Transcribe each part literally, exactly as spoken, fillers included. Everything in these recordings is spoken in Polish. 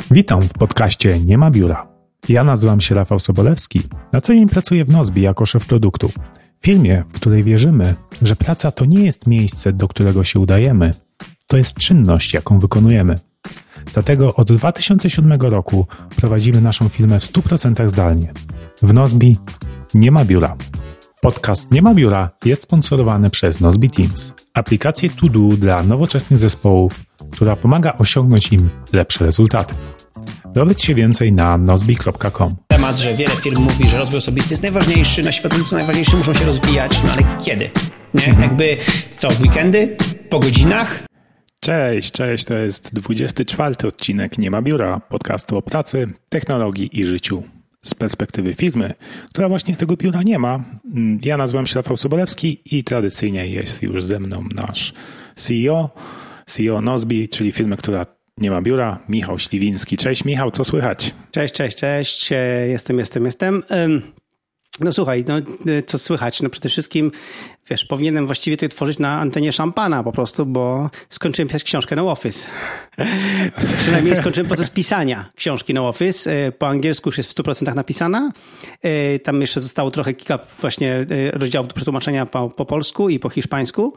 Witam w podcaście Nie ma biura. Ja nazywam się Rafał Sobolewski. Na co dzień pracuję w Nozbi jako szef produktu. Firmie, w której wierzymy, że praca to nie jest miejsce, do którego się udajemy. To jest czynność, jaką wykonujemy. Dlatego od dwa tysiące siódmego roku prowadzimy naszą firmę w stu procentach zdalnie. W Nozbi nie ma biura. Podcast Nie ma biura jest sponsorowany przez Nozbi Teams, aplikację to do dla nowoczesnych zespołów, która pomaga osiągnąć im lepsze rezultaty. Dowiedz się więcej na nozbi kropka com. Temat, że wiele firm mówi, że rozwój osobisty jest najważniejszy, nasi pracownicy najważniejsi, muszą się rozwijać, no ale kiedy? Nie? Mhm. Jakby co, w weekendy? Po godzinach? Cześć, cześć, to jest dwudziesty czwarty odcinek Nie ma biura, podcastu o pracy, technologii i życiu z perspektywy firmy, która właśnie tego biura nie ma. Ja nazywam się Rafał Sobolewski i tradycyjnie jest już ze mną nasz C E O, C E O Nozbi, czyli firmy, która nie ma biura, Michał Śliwiński. Cześć Michał, co słychać? Cześć, cześć, cześć, jestem, jestem, jestem. No słuchaj, no co słychać? No przede wszystkim, wiesz, powinienem właściwie tutaj tworzyć na antenie szampana po prostu, bo skończyłem pisać książkę No Office. Przynajmniej skończyłem proces pisania książki No Office. Po angielsku już jest w stu procentach napisana. Tam jeszcze zostało trochę kilka właśnie rozdziałów do przetłumaczenia po, po polsku i po hiszpańsku.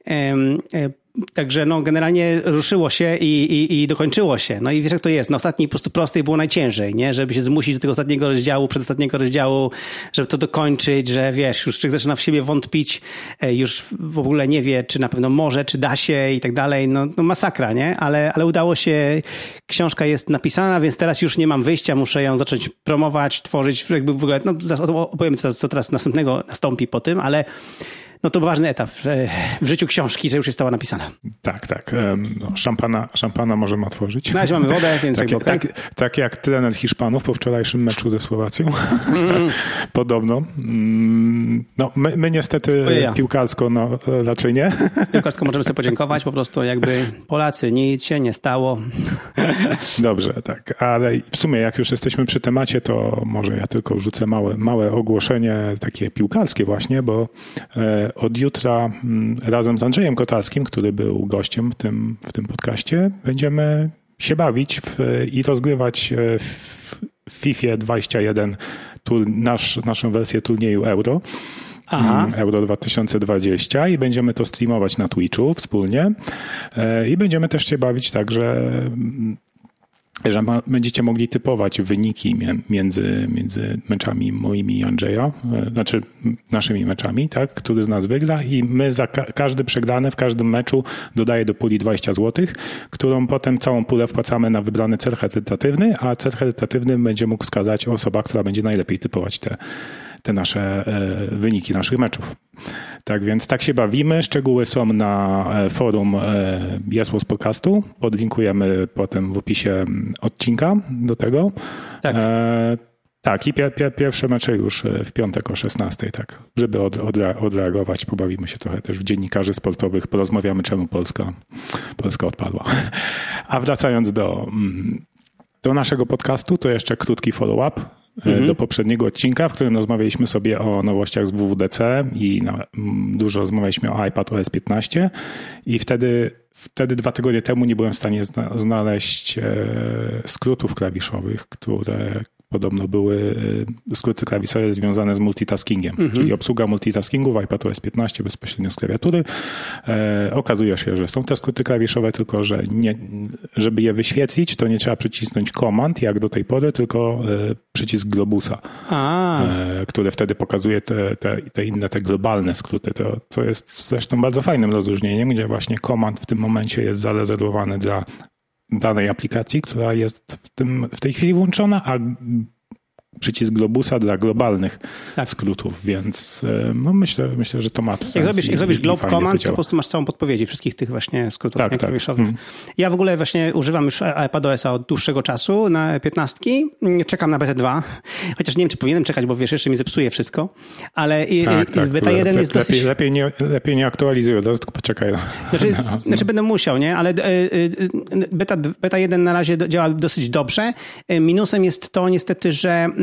Także no generalnie ruszyło się i, i, i dokończyło się. No i wiesz jak to jest. Na ostatniej po prostu prostej było najciężej, nie? Żeby się zmusić do tego ostatniego rozdziału, przedostatniego rozdziału, żeby to dokończyć, że wiesz, już człowiek zaczyna w siebie wątpić, już w ogóle nie wie, czy na pewno może, czy da się i tak dalej. No, no masakra, nie? Ale, ale udało się. Książka jest napisana, więc teraz już nie mam wyjścia, muszę ją zacząć promować, tworzyć, jakby w ogóle, no opowiem co, co teraz następnego nastąpi po tym, ale no to ważny etap w życiu książki, że już jest stała napisana. Tak, tak. No, szampana, szampana możemy otworzyć. No, mamy wodę, więc tak, jakby tak, okay. tak, tak jak trener Hiszpanów po wczorajszym meczu ze Słowacją. Mm. Podobno. No, my, my niestety Ojeja. piłkarsko no, raczej nie. Piłkarsko możemy sobie podziękować, po prostu jakby Polacy, nic się nie stało. Dobrze, tak. Ale w sumie jak już jesteśmy przy temacie, to może ja tylko wrzucę małe, małe ogłoszenie takie piłkarskie właśnie, bo od jutra razem z Andrzejem Kotarskim, który był gościem w tym, w tym podcaście, będziemy się bawić w, i rozgrywać w FIFA dwadzieścia jeden tur, nasz, naszą wersję turnieju Euro. Aha. Euro dwa tysiące dwadzieścia i będziemy to streamować na Twitchu wspólnie i będziemy też się bawić tak, że że będziecie mogli typować wyniki między, między meczami moimi i Andrzeja, znaczy naszymi meczami, tak, który z nas wygra i my za ka- każdy przegrany w każdym meczu dodaje do puli dwadzieścia złotych, którą potem całą pulę wpłacamy na wybrany cel charytatywny, a cel charytatywny będzie mógł wskazać osoba, która będzie najlepiej typować te, te nasze e, wyniki naszych meczów. Tak więc tak się bawimy. Szczegóły są na forum Jasło z podcastu. Podlinkujemy potem w opisie odcinka do tego. Tak. E, tak i pier, pier, pierwsze mecze już w piątek o szesnastej, tak. Żeby od, odre, odreagować, pobawimy się trochę też w dziennikarzy sportowych, porozmawiamy czemu Polska, Polska odpadła. A wracając do, do naszego podcastu, to jeszcze krótki follow-up. Do poprzedniego odcinka, w którym rozmawialiśmy sobie o nowościach z W W D C i na, dużo rozmawialiśmy o iPadOS piętnaście i wtedy, wtedy dwa tygodnie temu nie byłem w stanie zna, znaleźć e, skrótów klawiszowych, które podobno były e, skróty klawiszowe związane z multitaskingiem, mhm. czyli obsługa multitaskingu w iPadOS piętnaście bezpośrednio z klawiatury. E, okazuje się, że są te skróty klawiszowe, tylko że nie, żeby je wyświetlić, to nie trzeba przycisnąć komand jak do tej pory, tylko e, przycisk globusa, e, który wtedy pokazuje te, te, te inne, te globalne skróty, to, co jest zresztą bardzo fajnym rozróżnieniem, gdzie właśnie komand w tym momencie jest zarezerwowany dla danej aplikacji, która jest w, tym, w tej chwili włączona, a przycisk globusa dla globalnych tak. skrótów, więc no myślę, myślę, że to ma sens. Jak zrobisz, jak zrobisz glob command, to po prostu masz całą podpowiedzi wszystkich tych właśnie skrótów tak, klawiszowych. Tak. Ja w ogóle właśnie używam już iPadOS-a od dłuższego czasu na piętnastki. Czekam na betę dwa, chociaż nie wiem, czy powinienem czekać, bo wiesz, jeszcze mi zepsuje wszystko, ale tak, tak, beta jeden le, jest lepiej, dosyć... Lepiej nie, lepiej nie aktualizuję, tylko poczekaj. Znaczy, no. znaczy będę musiał, nie? Ale beta, beta jeden na razie działa dosyć dobrze. Minusem jest to niestety, że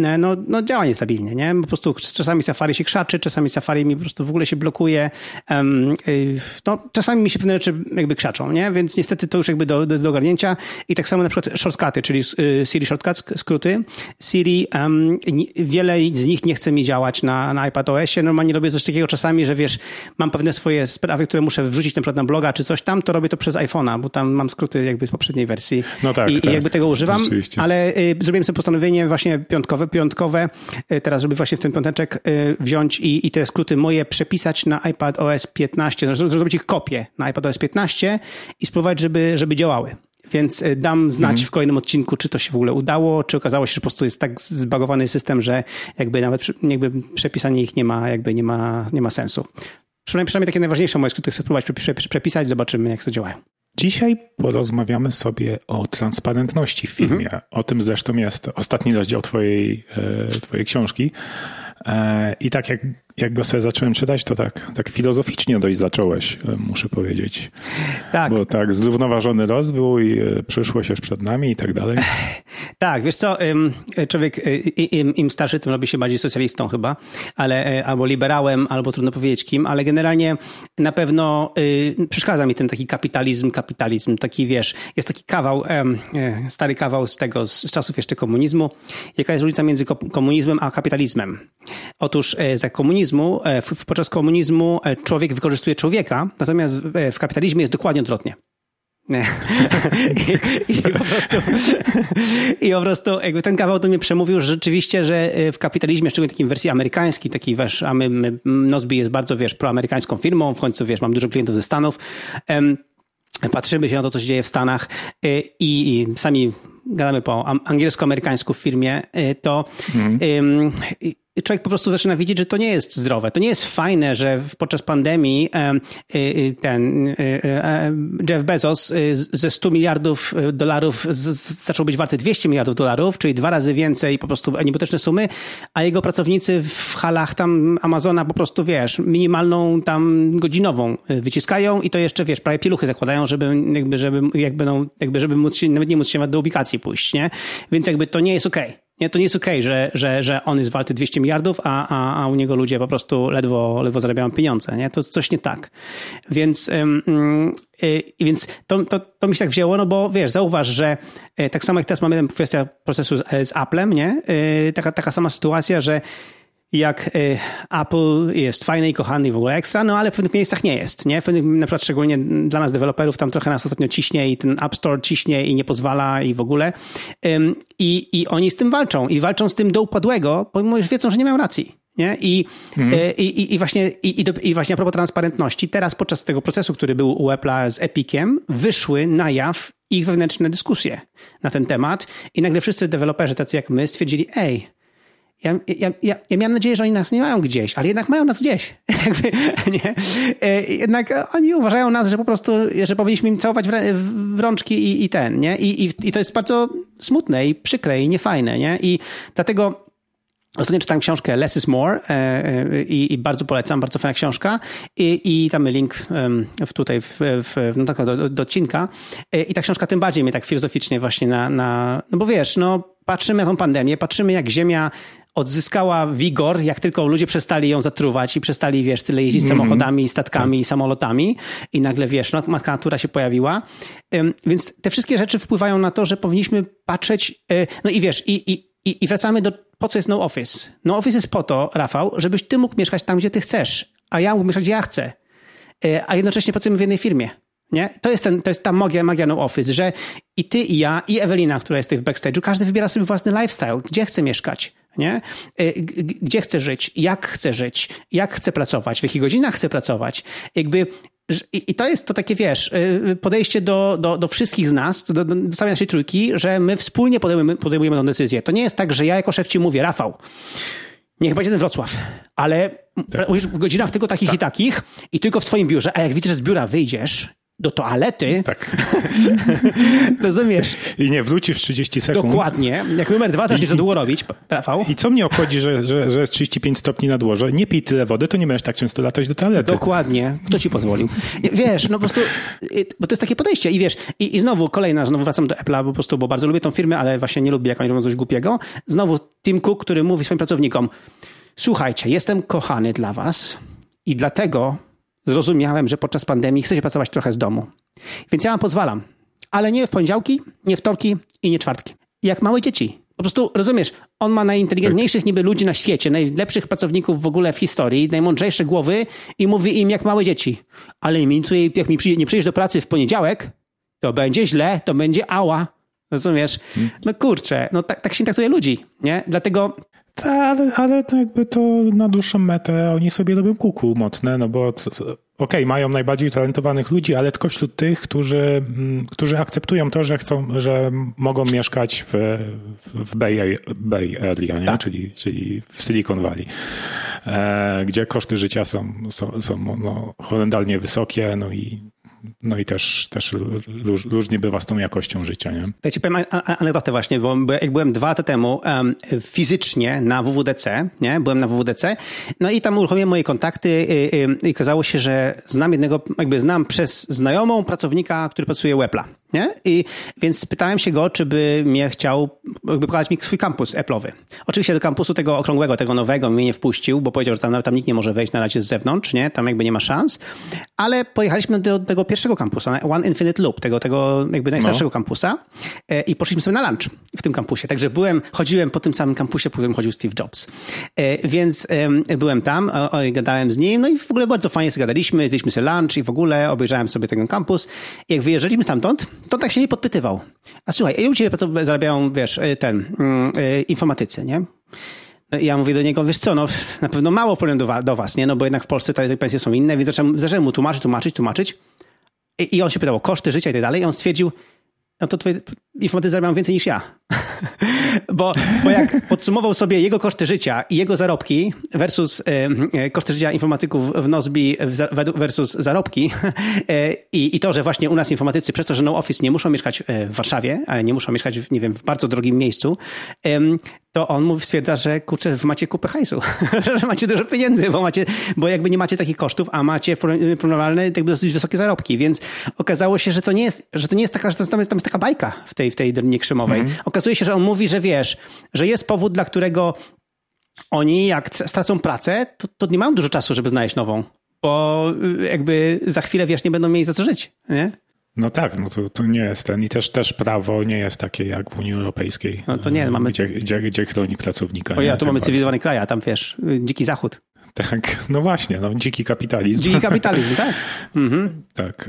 no, no działa niestabilnie, nie? Po prostu czasami Safari się krzaczy, czasami Safari mi po prostu w ogóle się blokuje. No, czasami mi się pewne rzeczy jakby krzaczą, nie? Więc niestety to już jakby do, do, do ogarnięcia. I tak samo na przykład shortcuty, czyli Siri Shortcuts, skróty. Siri, um, wiele z nich nie chce mi działać na, na iPadOSie. Normalnie robię coś takiego czasami, że wiesz, mam pewne swoje sprawy, które muszę wrzucić na przykład na bloga czy coś tam, to robię to przez iPhone'a, bo tam mam skróty jakby z poprzedniej wersji. No tak, I, tak, i jakby tego używam, ale y, zrobiłem sobie postanowienie właśnie piątkowe, piątkowe, y, teraz żeby właśnie w ten piąteczek y, wziąć i, i te skróty moje przepisać na iPadOS piętnaście, zrobić ich kopię na iPadOS piętnaście i spróbować, żeby, żeby działały. Więc dam znać mhm. w kolejnym odcinku, czy to się w ogóle udało, czy okazało się, że po prostu jest tak zbagowany system, że jakby nawet jakby przepisanie ich nie ma, jakby nie ma, nie ma sensu. Przynajmniej, przynajmniej takie najważniejsze moje skróty chcę spróbować przepisać, zobaczymy, jak to działają. Dzisiaj porozmawiamy sobie o transparentności w firmie. Mhm. O tym zresztą jest ostatni rozdział twojej, twojej książki. I tak jak, jak go sobie zacząłem czytać, to tak, tak filozoficznie dość zacząłeś, muszę powiedzieć. Tak. Bo tak zrównoważony rozwój, przyszłość już przed nami i tak dalej. Tak, wiesz co, człowiek im, im starszy, tym robi się bardziej socjalistą chyba, ale albo liberałem, albo trudno powiedzieć kim, ale generalnie na pewno przeszkadza mi ten taki kapitalizm, kapitalizm, taki wiesz, jest taki kawał, stary kawał z tego, z czasów jeszcze komunizmu. Jaka jest różnica między komunizmem a kapitalizmem? Otóż za komunizmu, podczas komunizmu człowiek wykorzystuje człowieka, natomiast w kapitalizmie jest dokładnie odwrotnie. I, i po prostu i po prostu jakby ten kawał do mnie przemówił, że rzeczywiście, że w kapitalizmie, szczególnie takim wersji amerykańskiej, taki wiesz, a my, my Nozbe jest bardzo, wiesz, proamerykańską firmą, w końcu, wiesz, mam dużo klientów ze Stanów, um, patrzymy się na to, co się dzieje w Stanach i, i sami gadamy po angielsko-amerykańsku w firmie, to mhm. um, człowiek po prostu zaczyna widzieć, że to nie jest zdrowe. To nie jest fajne, że podczas pandemii ten Jeff Bezos ze stu miliardów dolarów zaczął być warty dwieście miliardów dolarów, czyli dwa razy więcej po prostu niebotyczne sumy, a jego pracownicy w halach tam Amazona po prostu, wiesz, minimalną tam godzinową wyciskają i to jeszcze, wiesz, prawie pieluchy zakładają, żeby jakby, żeby, jakby, no, jakby, żeby móc się, nawet nie móc się do ubikacji pójść, nie? Więc jakby to nie jest okej. Okay. Nie, to nie jest okej, okay, że, że, że on jest warty dwieście miliardów, a, a, a u niego ludzie po prostu ledwo, ledwo zarabiają pieniądze. Nie? To coś nie tak. Więc, ym, yy, więc to, to, to mi się tak wzięło, no bo wiesz, zauważ, że yy, tak samo jak teraz mamy kwestię procesu z, z Applem, nie? Yy, taka, taka sama sytuacja, że jak y, Apple jest fajny i kochany i w ogóle ekstra, no ale w pewnych miejscach nie jest, nie? W pewnych, na przykład szczególnie dla nas deweloperów tam trochę nas ostatnio ciśnie i ten App Store ciśnie i nie pozwala i w ogóle. Ym, i, I oni z tym walczą i walczą z tym do upadłego, pomimo już wiedzą, że nie mają racji. Nie? I, mhm. y, i, i, właśnie, i, i, do, I właśnie a propos transparentności, teraz podczas tego procesu, który był u Apple'a z Epiciem, wyszły na jaw ich wewnętrzne dyskusje na ten temat i nagle wszyscy deweloperzy tacy jak my stwierdzili, ej, Ja, ja, ja, ja miałem nadzieję, że oni nas nie mają gdzieś, ale jednak mają nas gdzieś. nie? Jednak oni uważają nas, że po prostu, że powinniśmy im całować w, w rączki i, i ten, nie? I, i, I to jest bardzo smutne i przykre i niefajne, nie? I dlatego ostatnio czytałem książkę Less is More i, i bardzo polecam, bardzo fajna książka i, i tam link w, tutaj w, w, w notatkach do, do odcinka i ta książka tym bardziej mnie tak filozoficznie właśnie na, na no bo wiesz, no patrzymy na tą pandemię, patrzymy jak Ziemia odzyskała wigor, jak tylko ludzie przestali ją zatruwać i przestali, wiesz, tyle jeździć mm-hmm. samochodami, statkami, tak. samolotami i nagle, wiesz, no, matka natura się pojawiła. Um, więc te wszystkie rzeczy wpływają na to, że powinniśmy patrzeć, y, no i wiesz, i, i, i wracamy do, po co jest no office? No office jest po to, Rafał, żebyś ty mógł mieszkać tam, gdzie ty chcesz, a ja mógł mieszkać, gdzie ja chcę, y, a jednocześnie pracujemy w jednej firmie. Nie? To jest, ten, to jest ta magia, magia no office, że i ty, i ja, i Ewelina, która jest tutaj w backstage'u, każdy wybiera sobie własny lifestyle, gdzie chce mieszkać, nie? Gdzie chce żyć, jak chce żyć, jak chce pracować, w jakich godzinach chce pracować. Jakby, i to jest to takie, wiesz, podejście do, do, do wszystkich z nas, do, do całej naszej trójki, że my wspólnie podejmujemy, podejmujemy tę decyzję. To nie jest tak, że ja jako szef ci mówię, Rafał, niech będzie ten Wrocław, ale tak. w godzinach tylko takich tak. i takich i tylko w twoim biurze, a jak widzisz, że z biura wyjdziesz do toalety. Tak. Rozumiesz? I nie wrócisz w trzydzieści sekund. Dokładnie. Jak numer dwa też nie za długo robić, Rafał. I co mnie obchodzi, że, że, że jest trzydzieści pięć stopni na dworze? Nie pij tyle wody, to nie będziesz tak często latać do toalety. Dokładnie. Kto ci pozwolił? Wiesz, no po prostu, bo to jest takie podejście. I wiesz, i, i znowu kolejna, znowu wracam do Apple'a, bo po prostu, bo bardzo lubię tą firmę, ale właśnie nie lubię, jak oni robią coś głupiego. Znowu Tim Cook, który mówi swoim pracownikom: słuchajcie, jestem kochany dla was i dlatego zrozumiałem, że podczas pandemii chcecie pracować trochę z domu. Więc ja wam pozwalam. Ale nie w poniedziałki, nie wtorki i nie czwartki. Jak małe dzieci. Po prostu, rozumiesz, on ma najinteligentniejszych tak. niby ludzi na świecie, najlepszych pracowników w ogóle w historii, najmądrzejsze głowy i mówi im jak małe dzieci. Ale jak mi przyjdzie, nie przyjdziesz do pracy w poniedziałek, to będzie źle, to będzie ała. Rozumiesz? No kurczę, no tak, tak się traktuje ludzi, nie? Dlatego... Tak, ale, ale to jakby to na dłuższą metę oni sobie robią kuku mocne, no bo okej, okay, mają najbardziej talentowanych ludzi, ale tylko wśród tych, którzy, którzy akceptują to, że chcą, że mogą mieszkać w, w Bay, Bay Area, nie? Tak. Czyli, czyli w Silicon Valley, e, gdzie koszty życia są, są, są no, horrendalnie wysokie, no i No i też, też róż, różnie bywa z tą jakością życia. Nie? Ja ci powiem anegdotę właśnie, bo jak byłem dwa lata temu um, fizycznie na W W D C, nie? byłem na W W D C, no i tam uruchomiłem moje kontakty i, i, i okazało się, że znam jednego, jakby znam przez znajomą pracownika, który pracuje u Apple'a. Nie? I więc pytałem się go, czy by mnie chciał jakby pokazać mi swój kampus Apple'owy. Oczywiście do kampusu tego okrągłego, tego nowego mnie nie wpuścił, bo powiedział, że tam, tam nikt nie może wejść na razie z zewnątrz, nie? Tam jakby nie ma szans. Ale pojechaliśmy do tego pierwszego kampusa, One Infinite Loop, tego, tego jakby najstarszego no. kampusa i poszliśmy sobie na lunch w tym kampusie. Także byłem, chodziłem po tym samym kampusie, po którym chodził Steve Jobs. Więc byłem tam, gadałem z nim, no i w ogóle bardzo fajnie sobie gadaliśmy, zjedliśmy sobie lunch i w ogóle obejrzałem sobie ten kampus. I jak wyjeżdżaliśmy stamtąd, to tak się nie podpytywał. A słuchaj, ile u ciebie zarabiają, wiesz, ten, informatycy, nie? I ja mówię do niego, wiesz co, no na pewno mało w porównaniu do, do was, nie? No bo jednak w Polsce te pensje są inne, więc zacząłem, zacząłem mu tłumaczyć, tłumaczyć, tłumaczyć. I, I on się pytał o koszty życia i tak dalej. I on stwierdził, no to twoje informatycy zarabiają więcej niż ja. bo, bo jak podsumował sobie jego koszty życia i jego zarobki versus e, koszty życia informatyków w Nozbi versus zarobki i, i to, że właśnie u nas informatycy przez to, że no office nie muszą mieszkać w Warszawie, ale nie muszą mieszkać w, nie wiem, w bardzo drogim miejscu, e, to on mu stwierdza, że kurczę, macie kupę hajsu, że macie dużo pieniędzy, bo macie, bo jakby nie macie takich kosztów, a macie porównywalne jakby dosyć wysokie zarobki, więc okazało się, że to nie jest, że to nie jest taka, że tam jest, tam jest taka bajka w tej, w tej Dolinie Krzemowej. Mm. Okazuje się, że on mówi, że wiesz, że jest powód, dla którego oni jak stracą pracę, to, to nie mają dużo czasu, żeby znaleźć nową, bo jakby za chwilę, wiesz, nie będą mieli za co żyć, nie? No tak, no to, to nie jest ten. I też, też prawo nie jest takie jak w Unii Europejskiej. No to nie, mamy... Gdzie, gdzie, gdzie chroni pracownika. O ja, tu mamy cywilizowany kraj, a tam wiesz, dziki zachód. Tak, no właśnie, no dziki kapitalizm. Dziki kapitalizm, tak. Mhm. Tak.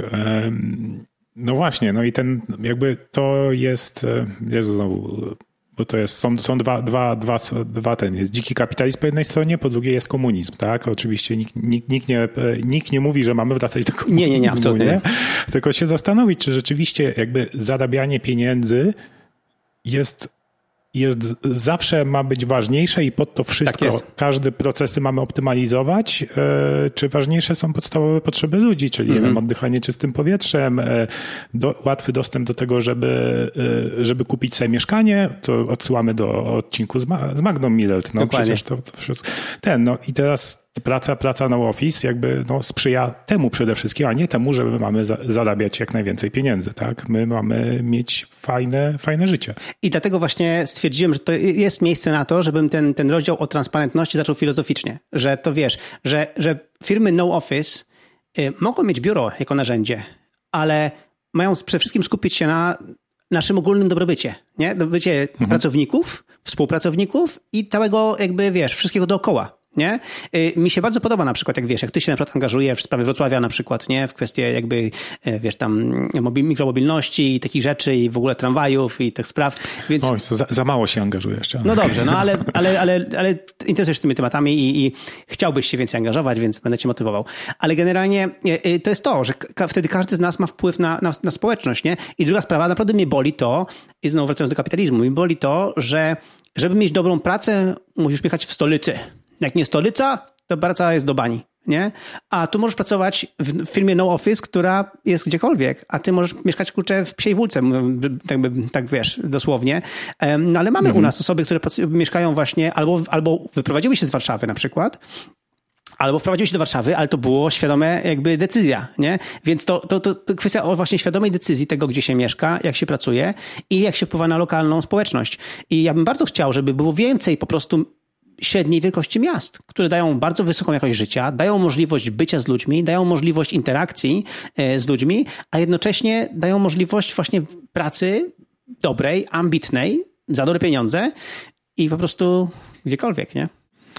No właśnie, no i ten jakby to jest, Jezu znowu, bo to jest, są, są dwa, dwa, dwa, dwa ten, jest dziki kapitalizm po jednej stronie, po drugiej jest komunizm, tak? Oczywiście nikt, nikt, nikt, nie, nikt nie mówi, że mamy wracać do komunizmu. Nie, nie, nie, absolutnie. Nie? Tylko się zastanowić, czy rzeczywiście jakby zarabianie pieniędzy jest jest zawsze ma być ważniejsze i pod to wszystko tak każde procesy mamy optymalizować, czy ważniejsze są podstawowe potrzeby ludzi, czyli mm-hmm. nie wiem, oddychanie czystym powietrzem, do, łatwy dostęp do tego, żeby, żeby kupić sobie mieszkanie, to odsyłamy do odcinku z, Ma, z Magdą Millert. No Dokładnie. przecież to, to wszystko. Ten, no i teraz praca, praca no office jakby no, sprzyja temu przede wszystkim, a nie temu, że my mamy za, zarabiać jak najwięcej pieniędzy, tak? My mamy mieć fajne, fajne życie. I dlatego właśnie stwierdziłem, że to jest miejsce na to, żebym ten, ten rozdział o transparentności zaczął filozoficznie. Że to wiesz, że, że firmy no office y, mogą mieć biuro jako narzędzie, ale mają przede wszystkim skupić się na naszym ogólnym dobrobycie, nie? Dobrobycie mhm. pracowników, współpracowników i całego jakby, wiesz, wszystkiego dookoła. Nie? Mi się bardzo podoba na przykład, jak wiesz, jak ty się na przykład angażujesz w sprawie Wrocławia na przykład, nie? W kwestie jakby, wiesz, tam mikromobilności i takich rzeczy i w ogóle tramwajów i tych spraw, więc... Oj, to za, za mało się angażujesz jeszcze. No dobrze, no ale, ale, ale, ale interesujesz się tymi tematami i, i chciałbyś się więcej angażować, więc będę cię motywował. Ale generalnie to jest to, że ka- wtedy każdy z nas ma wpływ na, na, na społeczność, nie? I druga sprawa, naprawdę mnie boli to, i znowu wracając do kapitalizmu, mi boli to, że żeby mieć dobrą pracę, musisz mieszkać w stolicy. Jak nie stolica, to praca jest do bani. nie? A tu możesz pracować w firmie No Office, która jest gdziekolwiek, a ty możesz mieszkać, kurczę, w Psiej Wólce, tak, tak wiesz, dosłownie. No ale mamy mhm. u nas osoby, które mieszkają właśnie albo, albo wyprowadziły się z Warszawy na przykład, albo wprowadziły się do Warszawy, ale to było świadome jakby decyzja, nie? Więc to, to, to, to kwestia o właśnie świadomej decyzji tego, gdzie się mieszka, jak się pracuje i jak się wpływa na lokalną społeczność. I ja bym bardzo chciał, żeby było więcej po prostu średniej wielkości miast, które dają bardzo wysoką jakość życia, dają możliwość bycia z ludźmi, dają możliwość interakcji z ludźmi, a jednocześnie dają możliwość właśnie pracy dobrej, ambitnej, za dobre pieniądze i po prostu gdziekolwiek, nie?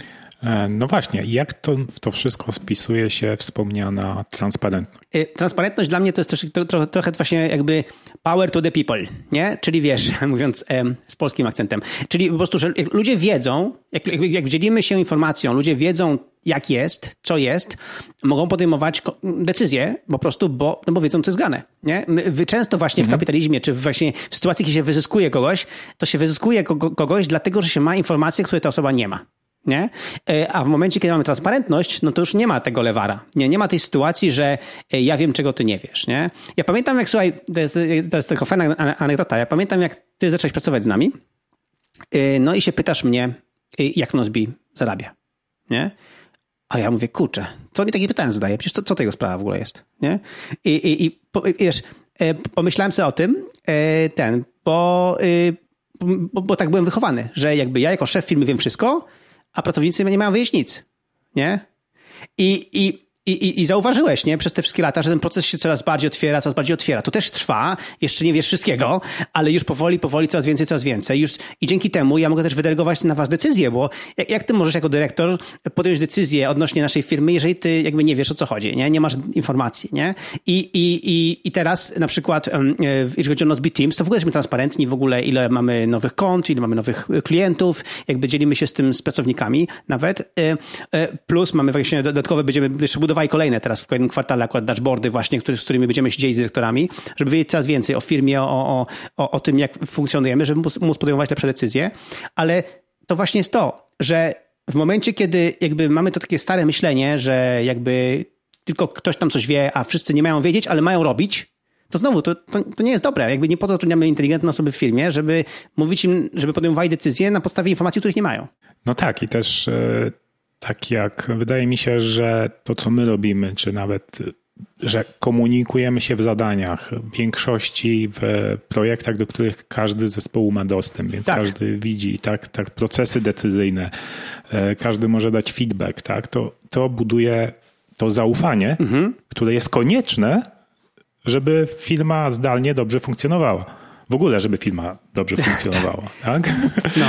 No właśnie, jak to, to wszystko spisuje się wspomniana transparentność? Transparentność dla mnie to jest też trochę, trochę właśnie jakby power to the people, nie? Czyli wiesz, mówiąc em, z polskim akcentem, czyli po prostu, że jak ludzie wiedzą, jak, jak, jak dzielimy się informacją, ludzie wiedzą jak jest, co jest, mogą podejmować decyzje po prostu, bo, no bo wiedzą, co jest grane, nie? My często właśnie mhm. w kapitalizmie, czy właśnie w sytuacji, kiedy się wyzyskuje kogoś, to się wyzyskuje kogoś dlatego, że się ma informacje, które ta osoba nie ma. Nie? A w momencie, kiedy mamy transparentność, no to już nie ma tego lewara. Nie, nie ma tej sytuacji, że ja wiem, czego ty nie wiesz. Nie? Ja pamiętam, jak słuchaj, to jest, to jest tylko fajna anegdota, ja pamiętam, jak ty zacząłeś pracować z nami, no i się pytasz mnie, jak Nozbe zarabia. Nie? A ja mówię, kurczę, co mi takie pytania zadaje? Przecież to, co tego sprawa w ogóle jest? Nie? I, i, i wiesz, pomyślałem sobie o tym, ten, bo, bo, bo tak byłem wychowany, że jakby ja jako szef firmy wiem wszystko, a pracownicy nie mają wiedzieć nic, nie? I, i, i, i zauważyłeś, nie? Przez te wszystkie lata, że ten proces się coraz bardziej otwiera, coraz bardziej otwiera. To też trwa, jeszcze nie wiesz wszystkiego, ale już powoli, powoli coraz więcej, coraz więcej. Już, i dzięki temu ja mogę też wydelegować na was decyzje, bo jak, jak ty możesz jako dyrektor podjąć decyzję odnośnie naszej firmy, jeżeli ty jakby nie wiesz, o co chodzi, nie? Nie masz informacji, nie? I, i, i, i teraz na przykład, jeżeli chodzi o Nozbe Teams, to w ogóle jesteśmy transparentni w ogóle, ile mamy nowych kont, ile mamy nowych klientów, jakby dzielimy się z tym z pracownikami nawet. Plus mamy właśnie dodatkowe, będziemy jeszcze budowali kolejne teraz w kolejnym kwartale akurat dashboardy właśnie, który, z którymi będziemy się dzielić z dyrektorami, żeby wiedzieć coraz więcej o firmie, o, o, o, o tym, jak funkcjonujemy, żeby móc, móc podejmować lepsze decyzje. Ale to właśnie jest to, że w momencie, kiedy jakby mamy to takie stare myślenie, że jakby tylko ktoś tam coś wie, a wszyscy nie mają wiedzieć, ale mają robić, to znowu, to, to, to nie jest dobre. Jakby nie po to zatrudniamy inteligentne osoby w firmie, żeby mówić im, żeby podejmowali decyzje na podstawie informacji, których nie mają. No tak i też yy, tak jak wydaje mi się, że to, co my robimy, czy nawet, że komunikujemy się w zadaniach, w większości w projektach, do których każdy z zespołu ma dostęp, więc tak. Każdy widzi, tak, tak, procesy decyzyjne, yy, każdy może dać feedback, tak, to, to buduje to zaufanie, mhm. które jest konieczne, żeby firma zdalnie dobrze funkcjonowała. W ogóle, żeby firma dobrze funkcjonowała. Tak? No.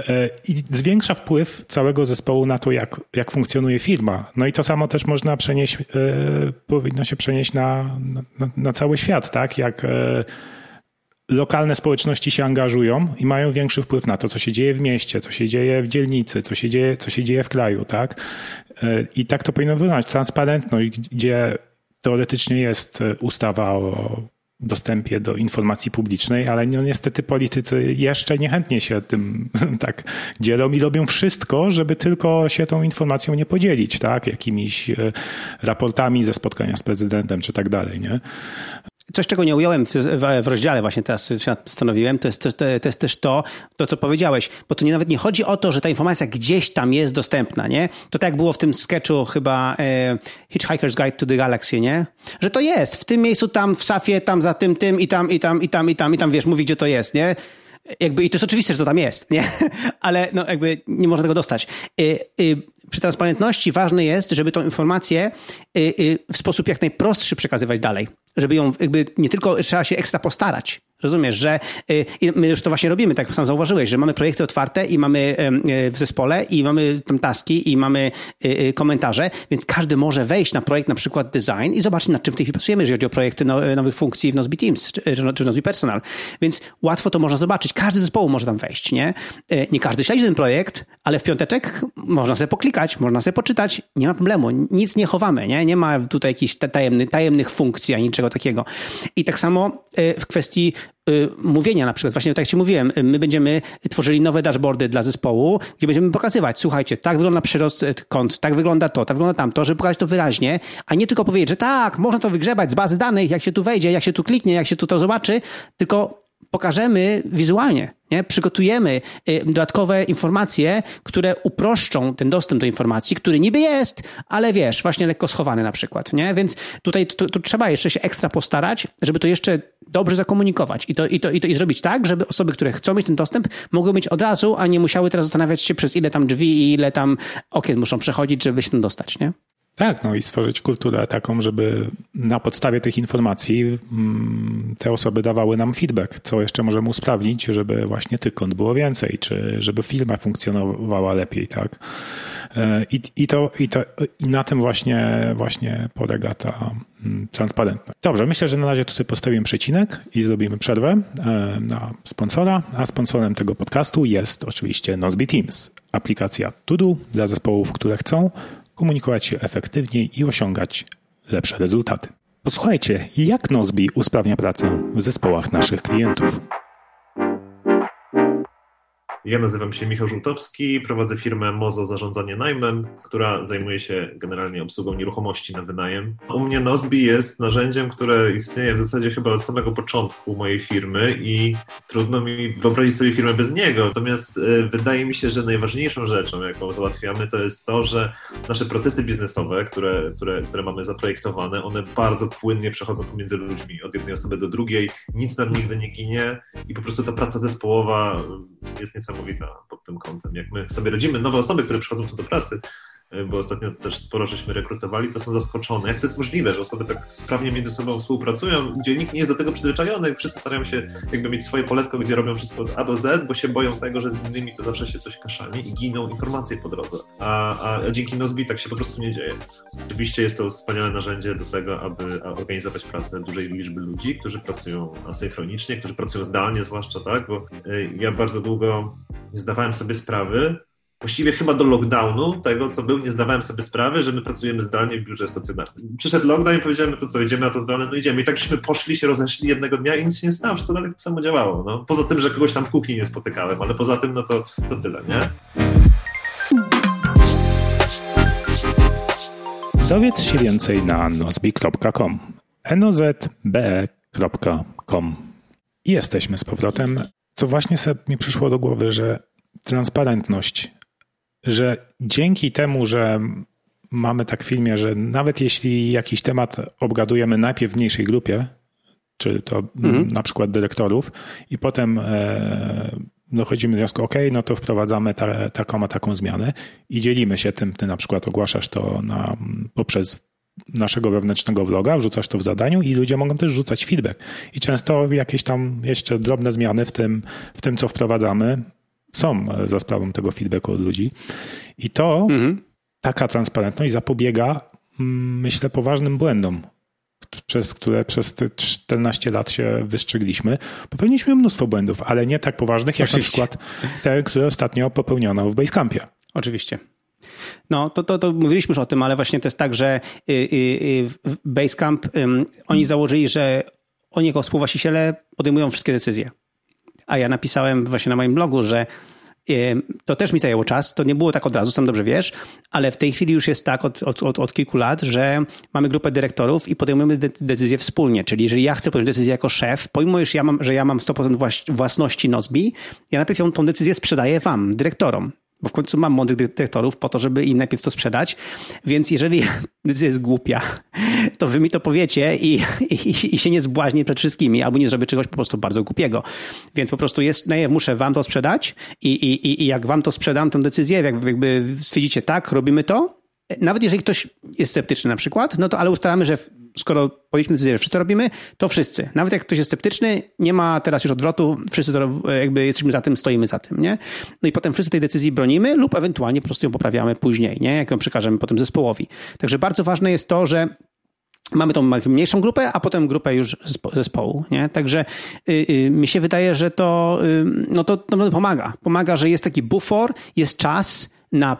I zwiększa wpływ całego zespołu na to, jak, jak funkcjonuje firma. No i to samo też można przenieść, e, powinno się przenieść na, na, na cały świat. Tak? Jak e, lokalne społeczności się angażują i mają większy wpływ na to, co się dzieje w mieście, co się dzieje w dzielnicy, co się dzieje, co się dzieje w kraju. Tak? E, I tak to powinno wyglądać. Transparentność, gdzie teoretycznie jest ustawa o dostępie do informacji publicznej, ale no niestety politycy jeszcze niechętnie się tym tak dzielą i robią wszystko, żeby tylko się tą informacją nie podzielić, tak? Jakimiś raportami ze spotkania z prezydentem czy tak dalej, nie? Coś, czego nie ująłem w, w, w rozdziale, właśnie teraz się zastanowiłem, to jest, to, to jest też to, to, co powiedziałeś, bo to nie, nawet nie chodzi o to, że ta informacja gdzieś tam jest dostępna, nie? To tak jak było w tym sketchu chyba e, Hitchhiker's Guide to the Galaxy, nie? Że to jest w tym miejscu, tam w szafie, tam za tym, tym i tam, i tam, i tam, i tam, i tam, wiesz, mówi, gdzie to jest, nie? Jakby, i to jest oczywiste, że to tam jest, nie? Ale no jakby nie można tego dostać. I, i, przy transparentności ważne jest, żeby tą informację i, i w sposób jak najprostszy przekazywać dalej. Żeby ją jakby nie tylko trzeba się ekstra postarać. Rozumiesz, że i my już to właśnie robimy, tak jak sam zauważyłeś, że mamy projekty otwarte i mamy w zespole i mamy tam taski i mamy komentarze, więc każdy może wejść na projekt, na przykład design i zobaczyć, nad czym w tej chwili pracujemy, jeżeli chodzi o projekty nowych funkcji w Nozbe Teams czy, czy w Nozbe Personal. Więc łatwo to można zobaczyć. Każdy z zespołu może tam wejść, nie? Nie każdy śledzi ten projekt, ale w piąteczek można sobie poklikać, można sobie poczytać, nie ma problemu, nic nie chowamy, nie? Nie ma tutaj jakichś tajemny, tajemnych funkcji ani niczego takiego. I tak samo w kwestii mówienia na przykład, właśnie tak jak ci mówiłem, my będziemy tworzyli nowe dashboardy dla zespołu, gdzie będziemy pokazywać, słuchajcie, tak wygląda przyrost kont, tak wygląda to, tak wygląda tamto, żeby pokazać to wyraźnie, a nie tylko powiedzieć, że tak, można to wygrzebać z bazy danych, jak się tu wejdzie, jak się tu kliknie, jak się tu to zobaczy, tylko pokażemy wizualnie, nie? Przygotujemy dodatkowe informacje, które uproszczą ten dostęp do informacji, który niby jest, ale wiesz, właśnie lekko schowany na przykład, nie? Więc tutaj to, to trzeba jeszcze się ekstra postarać, żeby to jeszcze dobrze zakomunikować i to, i, to, i to i zrobić tak, żeby osoby, które chcą mieć ten dostęp, mogły mieć od razu, a nie musiały teraz zastanawiać się, przez ile tam drzwi i ile tam okien muszą przechodzić, żeby się tam dostać, nie? Tak, no i stworzyć kulturę taką, żeby na podstawie tych informacji te osoby dawały nam feedback, co jeszcze możemy usprawnić, żeby właśnie tych kont było więcej, czy żeby firma funkcjonowała lepiej, tak? I, i, to, i, to, i na tym właśnie, właśnie polega ta transparentność. Dobrze, myślę, że na razie tu sobie postawimy przecinek i zrobimy przerwę na sponsora, a sponsorem tego podcastu jest oczywiście Nozbe Teams, aplikacja to-do dla zespołów, które chcą komunikować się efektywniej i osiągać lepsze rezultaty. Posłuchajcie, jak Nozbe usprawnia pracę w zespołach naszych klientów. Ja nazywam się Michał Żółtowski, prowadzę firmę Mozo Zarządzanie Najmem, która zajmuje się generalnie obsługą nieruchomości na wynajem. U mnie Nozbe jest narzędziem, które istnieje w zasadzie chyba od samego początku mojej firmy i trudno mi wyobrazić sobie firmę bez niego. Natomiast y, wydaje mi się, że najważniejszą rzeczą, jaką załatwiamy, to jest to, że nasze procesy biznesowe, które, które, które mamy zaprojektowane, one bardzo płynnie przechodzą pomiędzy ludźmi, od jednej osoby do drugiej, nic nam nigdy nie ginie i po prostu ta praca zespołowa jest niesamowita. niesamowita pod tym kątem. Jak my sobie radzimy, nowe osoby, które przychodzą tu do pracy, bo ostatnio też sporo żeśmy rekrutowali, to są zaskoczone. Jak to jest możliwe, że osoby tak sprawnie między sobą współpracują, gdzie nikt nie jest do tego przyzwyczajony, wszyscy starają się jakby mieć swoje poletko, gdzie robią wszystko od A do Z, bo się boją tego, że z innymi to zawsze się coś kaszani i giną informacje po drodze. A, a dzięki Nozbe tak się po prostu nie dzieje. Oczywiście jest to wspaniałe narzędzie do tego, aby organizować pracę dużej liczby ludzi, którzy pracują asynchronicznie, którzy pracują zdalnie zwłaszcza, tak, bo ja bardzo długo nie zdawałem sobie sprawy, właściwie chyba do lockdownu, tego co był, nie zdawałem sobie sprawy, że my pracujemy zdalnie w biurze stacjonarnym. Przyszedł lockdown i powiedziałem, to co, idziemy na to zdalne? No idziemy. I tak żeśmy poszli, się rozeszli jednego dnia i nic się nie stało, wszystko dalej tak samo działało. No. Poza tym, że kogoś tam w kuchni nie spotykałem, ale poza tym, no to, to tyle, nie? Dowiedz się więcej na nozbe kropka com. N O Z B E kropka com. I jesteśmy z powrotem. Co właśnie sobie mi przyszło do głowy, że transparentność, że dzięki temu, że mamy tak w filmie, że nawet jeśli jakiś temat obgadujemy najpierw w mniejszej grupie, czy to mhm. na przykład dyrektorów i potem e, dochodzimy do wniosku, ok, no to wprowadzamy ta, taką a taką zmianę i dzielimy się tym, ty na przykład ogłaszasz to na, poprzez naszego wewnętrznego vloga, wrzucasz to w zadaniu i ludzie mogą też rzucać feedback. I często jakieś tam jeszcze drobne zmiany w tym, w tym co wprowadzamy, są za sprawą tego feedbacku od ludzi. I to, mhm. taka transparentność zapobiega, myślę, poważnym błędom, przez które przez te czternaście lat się wystrzygliśmy. Popełniliśmy mnóstwo błędów, ale nie tak poważnych, jak Oczywiście. na przykład te, które ostatnio popełniono w Basecampie. Oczywiście. No, to, to, to mówiliśmy już o tym, ale właśnie to jest tak, że w Basecamp oni założyli, że oni jako współwłaściciele podejmują wszystkie decyzje. A ja napisałem właśnie na moim blogu, że to też mi zajęło czas, to nie było tak od razu, sam dobrze wiesz, ale w tej chwili już jest tak od, od, od kilku lat, że mamy grupę dyrektorów i podejmujemy de- decyzje wspólnie, czyli jeżeli ja chcę podjąć decyzję jako szef, pomimo że ja mam, że ja mam sto procent właś- własności Nozbe, ja najpierw ją, tą decyzję sprzedaję wam, dyrektorom. Bo w końcu mam mądrych dyrektorów po to, żeby im najpierw to sprzedać. Więc jeżeli decyzja jest głupia, to wy mi to powiecie i, i, i się nie zbłaźnię przed wszystkimi, albo nie zrobię czegoś po prostu bardzo głupiego. Więc po prostu jest, no ja muszę wam to sprzedać i, i, i jak wam to sprzedam, tę decyzję, jak jakby stwierdzicie tak, robimy to, nawet jeżeli ktoś jest sceptyczny na przykład, no to ale ustalamy, że skoro podjęliśmy decyzję, że wszyscy robimy, to wszyscy. Nawet jak ktoś jest sceptyczny, nie ma teraz już odwrotu, wszyscy to jakby jesteśmy za tym, stoimy za tym, nie? No i potem wszyscy tej decyzji bronimy lub ewentualnie po prostu ją poprawiamy później, nie? Jak ją przekażemy potem zespołowi. Także bardzo ważne jest to, że mamy tą mniejszą grupę, a potem grupę już zespołu, nie? Także yy, yy, mi się wydaje, że to, yy, no to, to pomaga. Pomaga, że jest taki bufor, jest czas na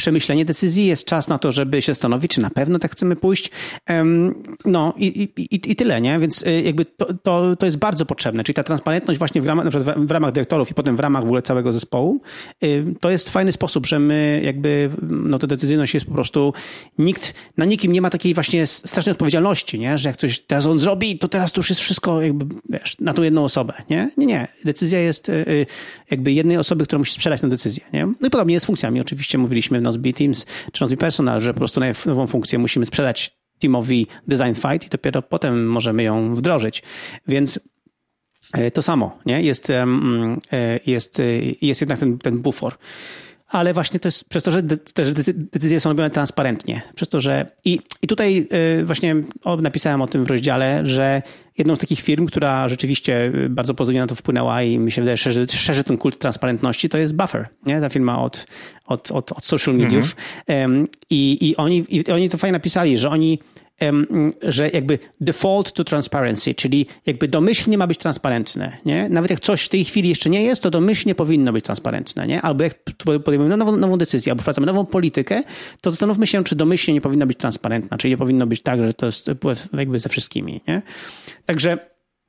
przemyślenie decyzji, jest czas na to, żeby się zastanowić, czy na pewno tak chcemy pójść. No i, i, i tyle, nie? Więc jakby to, to, to jest bardzo potrzebne. Czyli ta transparentność właśnie w ramach, na przykład w ramach dyrektorów i potem w ramach w ogóle całego zespołu, to jest fajny sposób, że my jakby, no to decyzyjność jest po prostu, nikt, na nikim nie ma takiej właśnie strasznej odpowiedzialności, nie? Że jak coś teraz on zrobi, to teraz to już jest wszystko jakby, wiesz, na tą jedną osobę, nie? Nie, nie. Decyzja jest jakby jednej osoby, która musi sprzedać tę decyzję, nie? No i podobnie jest z funkcjami. Oczywiście mówiliśmy w Nozbe Teams czy Nozbe Personal, że po prostu nową funkcję musimy sprzedać teamowi Design Fight i dopiero potem możemy ją wdrożyć. Więc to samo, nie? Jest, jest, jest jednak ten, ten bufor. Ale właśnie to jest przez to, że decyzje są robione transparentnie. Przez to, że i, i tutaj właśnie napisałem o tym w rozdziale, że jedną z takich firm, która rzeczywiście bardzo pozytywnie na to wpłynęła i mi się wydaje, szerzy, szerzy ten kult transparentności, to jest Buffer, nie? Ta firma od, od, od, od social mediów. Mhm. I, i, oni, I oni to fajnie napisali, że oni że jakby default to transparency, czyli jakby domyślnie ma być transparentne, nie? Nawet jak coś w tej chwili jeszcze nie jest, to domyślnie powinno być transparentne, nie? Albo jak podejmujemy nową, nową decyzję, albo wprowadzamy nową politykę, to zastanówmy się, czy domyślnie nie powinna być transparentna, czyli nie powinno być tak, że to jest jakby ze wszystkimi, nie? Także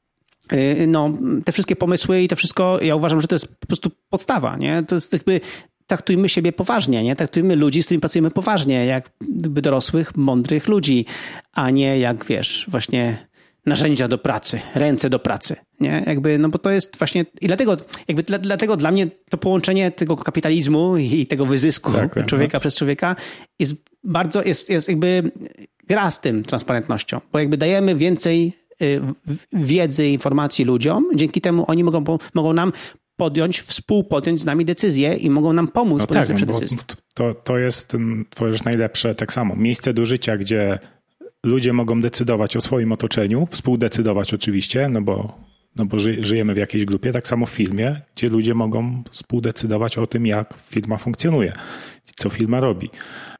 no, te wszystkie pomysły i to wszystko, ja uważam, że to jest po prostu podstawa, nie? To jest jakby traktujmy siebie poważnie, nie? Traktujmy ludzi, z którymi pracujemy poważnie, jak dorosłych, mądrych ludzi, a nie jak, wiesz, właśnie narzędzia do pracy, ręce do pracy, nie? Jakby, no bo to jest właśnie, i dlatego, jakby dla, dlatego dla mnie to połączenie tego kapitalizmu i tego wyzysku tak, człowieka tak. przez człowieka jest bardzo, jest, jest jakby gra z tym transparentnością, bo jakby dajemy więcej wiedzy, informacji ludziom, dzięki temu oni mogą, mogą nam podjąć, współpodjąć z nami decyzje i mogą nam pomóc no podjąć tak, lepsze no decyzje. To, to jest twoje najlepsze, tak samo, miejsce do życia, gdzie ludzie mogą decydować o swoim otoczeniu, współdecydować oczywiście, no bo, no bo ży, żyjemy w jakiejś grupie, tak samo w filmie, gdzie ludzie mogą współdecydować o tym, jak firma funkcjonuje, co firma robi.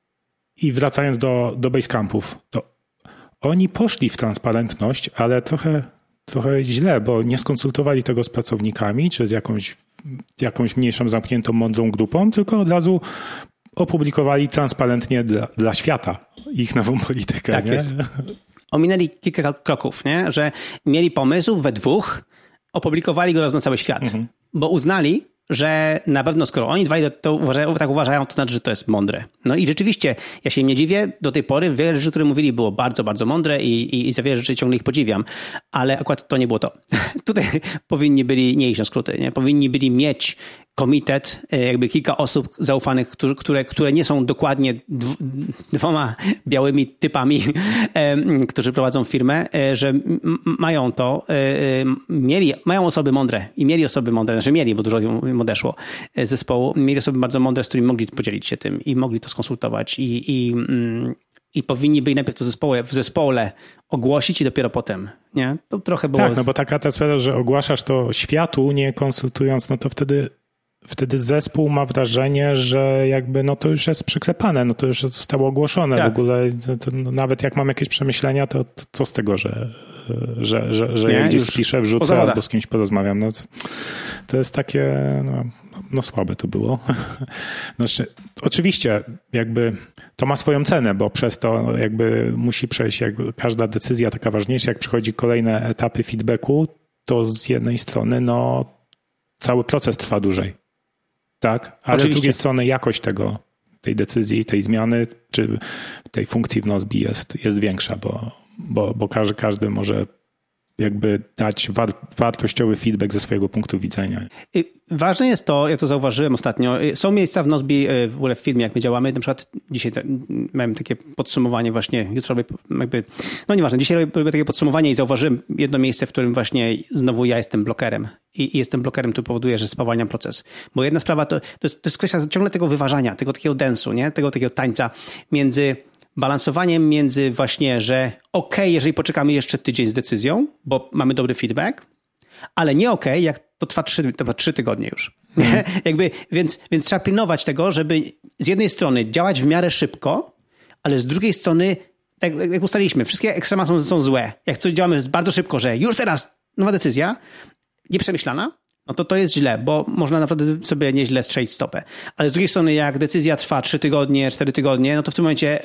I wracając do, do Basecampów, to oni poszli w transparentność, ale trochę Trochę źle, bo nie skonsultowali tego z pracownikami czy z jakąś, jakąś mniejszą, zamkniętą, mądrą grupą, tylko od razu opublikowali transparentnie dla, dla świata ich nową politykę. Tak nie? jest. Ominęli kilka kroków, nie? Że mieli pomysł we dwóch, opublikowali go raz na cały świat, mhm. bo uznali, że na pewno skoro oni dwaj to uważają, tak uważają, to znaczy, że to jest mądre. No i rzeczywiście, ja się im nie dziwię, do tej pory wiele rzeczy, które mówili, było bardzo, bardzo mądre i, i, i za wiele rzeczy ciągle ich podziwiam, ale akurat to nie było to. Tutaj powinni byli nie iść na skróty, nie? Powinni byli mieć komitet, jakby kilka osób zaufanych, które, które nie są dokładnie dwoma białymi typami, którzy prowadzą firmę, że mają to, mieli, mają osoby mądre i mieli osoby mądre, znaczy mieli, bo dużo im odeszło z zespołu, mieli osoby bardzo mądre, z którymi mogli podzielić się tym i mogli to skonsultować i, i, i powinni byli najpierw to zespołe, w zespole ogłosić i dopiero potem, nie? To trochę było... Tak, no bo taka atmosfera, że ogłaszasz to światu, nie konsultując, no to wtedy Wtedy zespół ma wrażenie, że jakby no to już jest przyklepane, no to już zostało ogłoszone. Tak. W ogóle to, to, no nawet jak mam jakieś przemyślenia, to, to co z tego, że, że, że, że nie, ja gdzieś spiszę, wrzucę albo z kimś porozmawiam. No to, to jest takie, no, no słabe to było. Znaczy, oczywiście jakby to ma swoją cenę, bo przez to jakby musi przejść jakby każda decyzja taka ważniejsza, jak przychodzi kolejne etapy feedbacku, to z jednej strony no cały proces trwa dłużej. Tak, ale Oczywiście. z drugiej strony jakość tego, tej decyzji, tej zmiany, czy tej funkcji w Nozbe jest, jest większa, bo, bo, bo każdy, każdy może jakby dać war, wartościowy feedback ze swojego punktu widzenia. Ważne jest to, ja to zauważyłem ostatnio, są miejsca w Nozbe, w ogóle w firmie, jak my działamy, na przykład dzisiaj miałem takie podsumowanie właśnie, jutro robię jakby, no nieważne, dzisiaj robię takie podsumowanie i zauważyłem jedno miejsce, w którym właśnie znowu ja jestem blokerem i, i jestem blokerem, który powoduje, że spowalniam proces. Bo jedna sprawa to, to, jest, to jest kwestia ciągle tego wyważania, tego takiego dance'u, nie? Tego takiego tańca między balansowaniem między właśnie, że okej, okay, jeżeli poczekamy jeszcze tydzień z decyzją, bo mamy dobry feedback, ale nie okej, okay, jak to trwa trzy, to trwa trzy tygodnie już. Mm. Jakby, więc, więc trzeba pilnować tego, żeby z jednej strony działać w miarę szybko, ale z drugiej strony, tak jak ustaliliśmy, wszystkie ekstrema są, są złe. Jak coś działamy bardzo szybko, że już teraz nowa decyzja, nieprzemyślana, no to to jest źle, bo można naprawdę sobie nieźle strzelić stopę. Ale z drugiej strony, jak decyzja trwa trzy tygodnie, cztery tygodnie, no to w tym momencie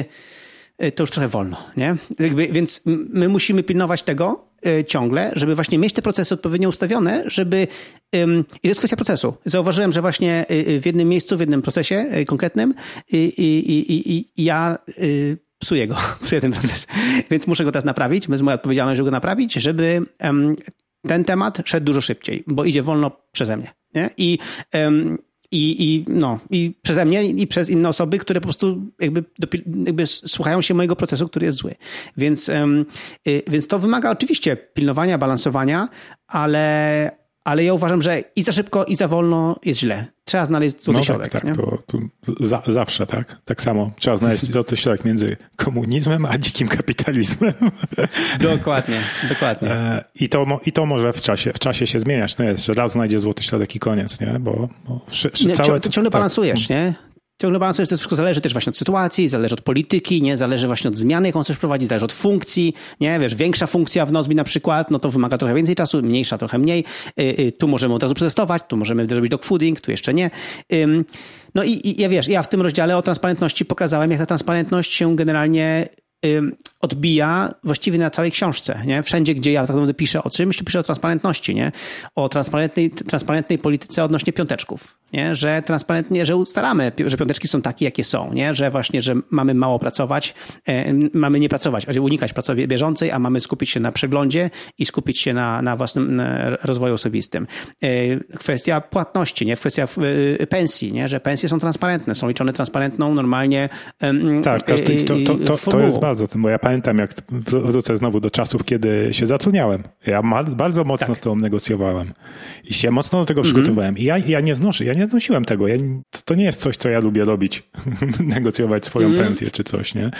yy, to już trochę wolno, nie? Jakby, więc my musimy pilnować tego yy, ciągle, żeby właśnie mieć te procesy odpowiednio ustawione, żeby... Yy, I to jest kwestia procesu. Zauważyłem, że właśnie yy, w jednym miejscu, w jednym procesie yy, konkretnym yy, yy, yy, yy, ja... Yy, psuję go, psuję ten proces. Więc muszę go teraz naprawić, jest moja odpowiedzialność, żeby go naprawić, żeby um, ten temat szedł dużo szybciej, bo idzie wolno przeze mnie. Nie? I, um, i, i, no, i przeze mnie i przez inne osoby, które po prostu jakby, jakby słuchają się mojego procesu, który jest zły. Więc, um, y, więc to wymaga oczywiście pilnowania, balansowania, ale... Ale ja uważam, że i za szybko, i za wolno jest źle. Trzeba znaleźć złoty no środek. Tak, tak. Nie? To, to za, zawsze tak. Tak samo. Trzeba znaleźć złoty środek między komunizmem a dzikim kapitalizmem. Dokładnie, dokładnie. I to, i to może w czasie, w czasie się zmieniać. No jest, że raz znajdzie złoty środek i koniec, nie? Bo, bo szy, szy, nie, całe... Ciągle tak, balansujesz, nie? Ciągle balansujesz, to wszystko zależy też właśnie od sytuacji, zależy od polityki, nie? Zależy właśnie od zmiany, jaką chcesz prowadzić, zależy od funkcji, nie? Wiesz, większa funkcja w Nozbi na przykład, no to wymaga trochę więcej czasu, mniejsza trochę mniej. Tu możemy od razu przetestować, tu możemy zrobić dogfooding, tu jeszcze nie. No i, i ja wiesz, ja w tym rozdziale o transparentności pokazałem, jak ta transparentność się generalnie odbija właściwie na całej książce, nie? Wszędzie, gdzie ja tak naprawdę piszę o czymś, to piszę o transparentności, nie? O transparentnej, transparentnej polityce odnośnie piąteczków, nie? Że transparentnie, że ustalamy, że piąteczki są takie, jakie są, nie? Że właśnie, że mamy mało pracować, e, mamy nie pracować, a unikać pracy bieżącej, a mamy skupić się na przeglądzie i skupić się na, na własnym na rozwoju osobistym. E, kwestia płatności, nie? Kwestia e, pensji, nie? Że pensje są transparentne, są liczone transparentną, normalnie e, tak, to, to, to, to, to jest bardzo tym, bo ja pamiętam, jak wrócę znowu do czasów, kiedy się zatrudniałem. Ja bardzo mocno tak. z tobą negocjowałem i się mocno do tego mm-hmm. przygotowałem. I ja, ja nie znoszę, ja nie znosiłem tego. Ja, to nie jest coś, co ja lubię robić. Negocjować swoją mm-hmm. pensję czy coś, nie?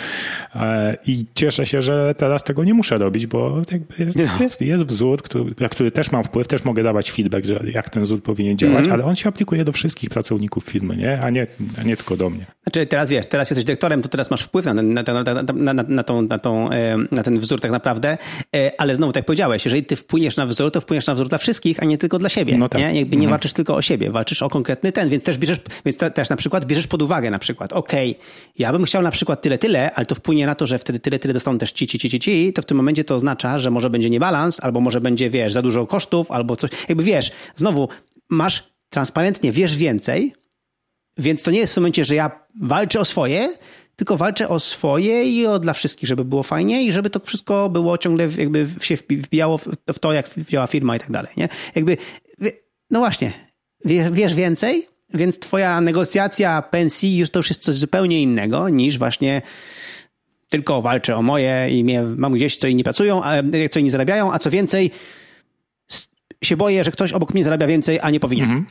I cieszę się, że teraz tego nie muszę robić, bo jakby jest, no. jest, jest wzór, który, na który też mam wpływ, też mogę dawać feedback, że jak ten wzór powinien działać, mm-hmm. ale on się aplikuje do wszystkich pracowników firmy, nie? A nie, a nie tylko do mnie. Znaczy teraz wiesz, teraz jesteś dyrektorem, to teraz masz wpływ na, na, na, na, na, na, na, tą, na, tą, na ten wzór tak naprawdę, ale znowu tak jak powiedziałeś, jeżeli ty wpłyniesz na wzór, to wpłyniesz na wzór dla wszystkich, a nie tylko dla siebie. No tak. Nie? Jakby nie mhm. walczysz tylko o siebie, walczysz o konkretny ten, więc też bierzesz, więc te, też na przykład bierzesz pod uwagę na przykład, okej, okay, ja bym chciał na przykład tyle, tyle, ale to wpłynie na to, że wtedy tyle, tyle dostaną też ci, ci, ci, ci, ci, to w tym momencie to oznacza, że może będzie niebalans, albo może będzie, wiesz, za dużo kosztów, albo coś, jakby wiesz, znowu masz transparentnie, wiesz więcej, więc to nie jest w tym momencie, że ja walczę o swoje, tylko walczę o swoje i o dla wszystkich, żeby było fajnie i żeby to wszystko było ciągle jakby się wbijało w to, jak działa firma i tak dalej, nie? Jakby, no właśnie, wiesz więcej, więc twoja negocjacja pensji już to już jest coś zupełnie innego niż właśnie tylko walczę o moje i mnie, mam gdzieś, co inni pracują, a co inni zarabiają, a co więcej się boję, że ktoś obok mnie zarabia więcej, a nie powinien. Mhm.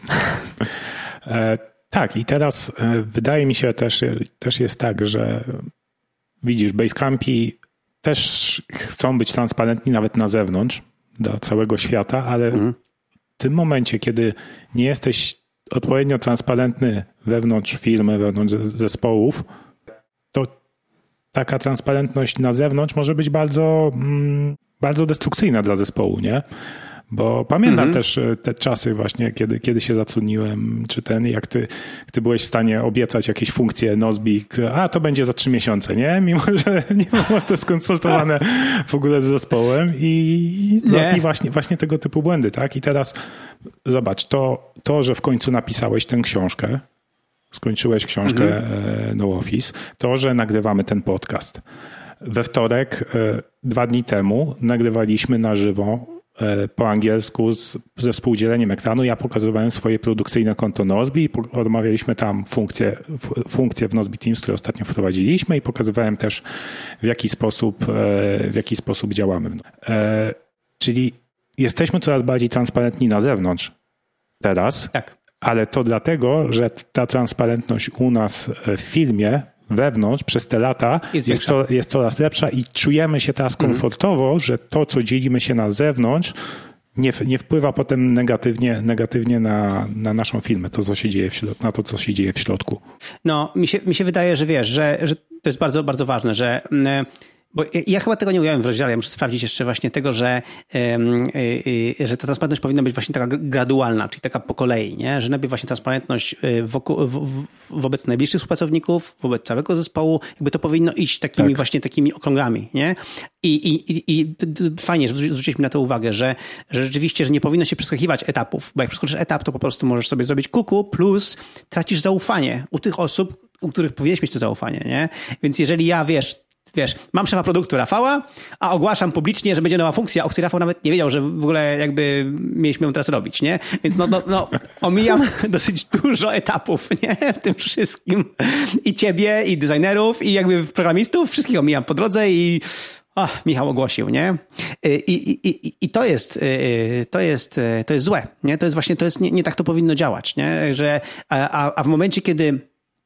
Tak, i teraz wydaje mi się też, też jest tak, że widzisz, Basecampi też chcą być transparentni nawet na zewnątrz, dla całego świata, ale mm. w tym momencie, kiedy nie jesteś odpowiednio transparentny wewnątrz firmy, wewnątrz zespołów, to taka transparentność na zewnątrz może być bardzo, bardzo destrukcyjna dla zespołu, nie? Bo pamiętam mm-hmm. też te czasy właśnie, kiedy, kiedy się zatrudniłem, czy ten, jak ty, ty byłeś w stanie obiecać jakieś funkcje Nozbi, a to będzie za trzy miesiące, nie? Mimo, że nie było to skonsultowane w ogóle z zespołem i, no, i właśnie, właśnie tego typu błędy, tak? I teraz zobacz, to, to, że w końcu napisałeś tę książkę, skończyłeś książkę mm-hmm. No Office, to, że nagrywamy ten podcast. We wtorek, dwa dni temu nagrywaliśmy na żywo po angielsku z, ze współdzieleniem ekranu. Ja pokazywałem swoje produkcyjne konto Nozbi i omawialiśmy tam funkcje, funkcje w Nozbi Teams, które ostatnio wprowadziliśmy i pokazywałem też w jaki sposób, w jaki sposób działamy. Czyli jesteśmy coraz bardziej transparentni na zewnątrz teraz, tak. Ale to dlatego, że ta transparentność u nas w firmie wewnątrz przez te lata jest, jest, co, jest coraz lepsza i czujemy się teraz komfortowo, mm. że to, co dzielimy się na zewnątrz, nie, nie wpływa potem negatywnie, negatywnie na, na naszą firmę, to, co się dzieje w środ- na to, co się dzieje w środku. No, mi się, mi się wydaje, że wiesz, że, że to jest bardzo, bardzo ważne, że Bo ja, ja chyba tego nie ująłem w rozdziale, ja muszę sprawdzić jeszcze właśnie tego, że, ym, y, y, że ta transparentność powinna być właśnie taka gradualna, czyli taka po kolei, nie? Że najpierw właśnie transparentność wokół, w, w, wobec najbliższych współpracowników, wobec całego zespołu, jakby to powinno iść takimi tak. właśnie takimi okrągami, nie? I, i, i, i fajnie, że zwróciliśmy na to uwagę, że, że rzeczywiście, że nie powinno się przeskakiwać etapów, bo jak przeskoczysz etap, to po prostu możesz sobie zrobić kuku, plus tracisz zaufanie u tych osób, u których powinieneś mieć to zaufanie, nie? Więc jeżeli ja, wiesz, Wiesz, mam szefa produktu Rafała, a ogłaszam publicznie, że będzie nowa funkcja, o której Rafał nawet nie wiedział, że w ogóle jakby mieliśmy ją teraz robić, nie? Więc no, no, no omijam dosyć dużo etapów, nie? W tym wszystkim. I ciebie, i designerów, i jakby programistów, wszystkich omijam po drodze i o, Michał ogłosił, nie? I, i, i, i to jest, to jest, to jest złe, nie? To jest właśnie, to jest, nie, nie tak to powinno działać, nie? Że, a, a w momencie, kiedy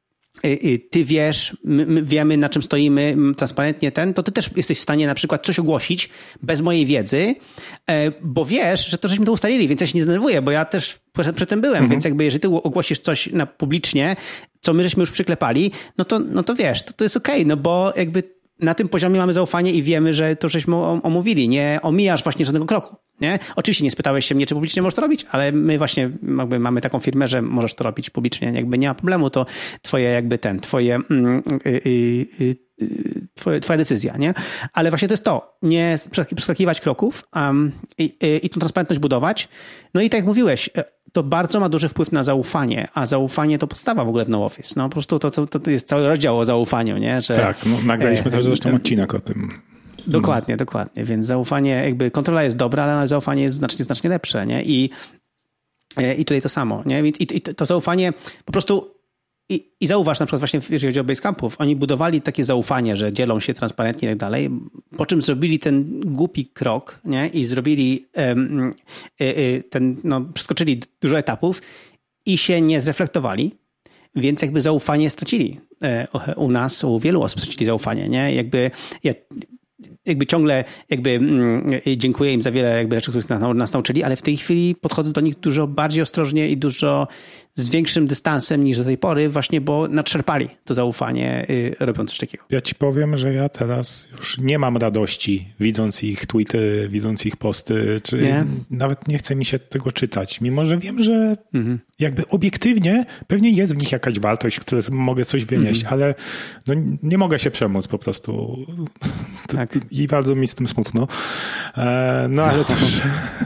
ty wiesz, my, my wiemy, na czym stoimy transparentnie ten, to ty też jesteś w stanie na przykład coś ogłosić bez mojej wiedzy, bo wiesz, że to żeśmy to ustalili, więc ja się nie zdenerwuję, bo ja też przy tym byłem, mhm. więc jakby jeżeli ty ogłosisz coś na publicznie, co my żeśmy już przyklepali, no to, no to wiesz, to, to jest okej, okay, no bo jakby na tym poziomie mamy zaufanie i wiemy, że to żeśmy omówili, nie omijasz właśnie żadnego kroku. Nie? Oczywiście nie spytałeś się mnie, czy publicznie możesz to robić, ale my właśnie jakby mamy taką firmę, że możesz to robić publicznie. Jakby nie ma problemu, to twoje jakby ten, twoje, yy, yy, yy, twoje twoja decyzja, nie? Ale właśnie to jest to, nie przeskakiwać kroków um, i, i, i tą transparentność budować. No i tak jak mówiłeś, to bardzo ma duży wpływ na zaufanie, a zaufanie to podstawa w ogóle w NoOffice. No po prostu to, to, to jest cały rozdział o zaufaniu, nie? Że, tak, no, nagraliśmy też zresztą odcinek o tym. Dokładnie, dokładnie. Więc zaufanie, jakby kontrola jest dobra, ale zaufanie jest znacznie, znacznie lepsze, nie? I, i tutaj to samo, nie? I, i to zaufanie po prostu i, i zauważ na przykład właśnie, jeżeli chodzi o Basecampów, oni budowali takie zaufanie, że dzielą się transparentnie i tak dalej, po czym zrobili ten głupi krok, nie? I zrobili um, ten, no, przeskoczyli dużo etapów i się nie zreflektowali, więc jakby zaufanie stracili. U nas, u wielu osób stracili zaufanie, nie? Jakby ja, jakby ciągle jakby mm, dziękuję im za wiele jakby rzeczy, których nas, nas nauczyli, ale w tej chwili podchodzę do nich dużo bardziej ostrożnie i dużo z większym dystansem niż do tej pory, właśnie bo nadczerpali to zaufanie, y, robiąc coś takiego. Ja ci powiem, że ja teraz już nie mam radości, widząc ich tweety, widząc ich posty, czy nie? Nawet nie chce mi się tego czytać, mimo że wiem, że mhm. jakby obiektywnie pewnie jest w nich jakaś wartość, której mogę coś wynieść, mhm. ale no, nie mogę się przemóc po prostu. Tak. I bardzo mi z tym smutno. No ale cóż.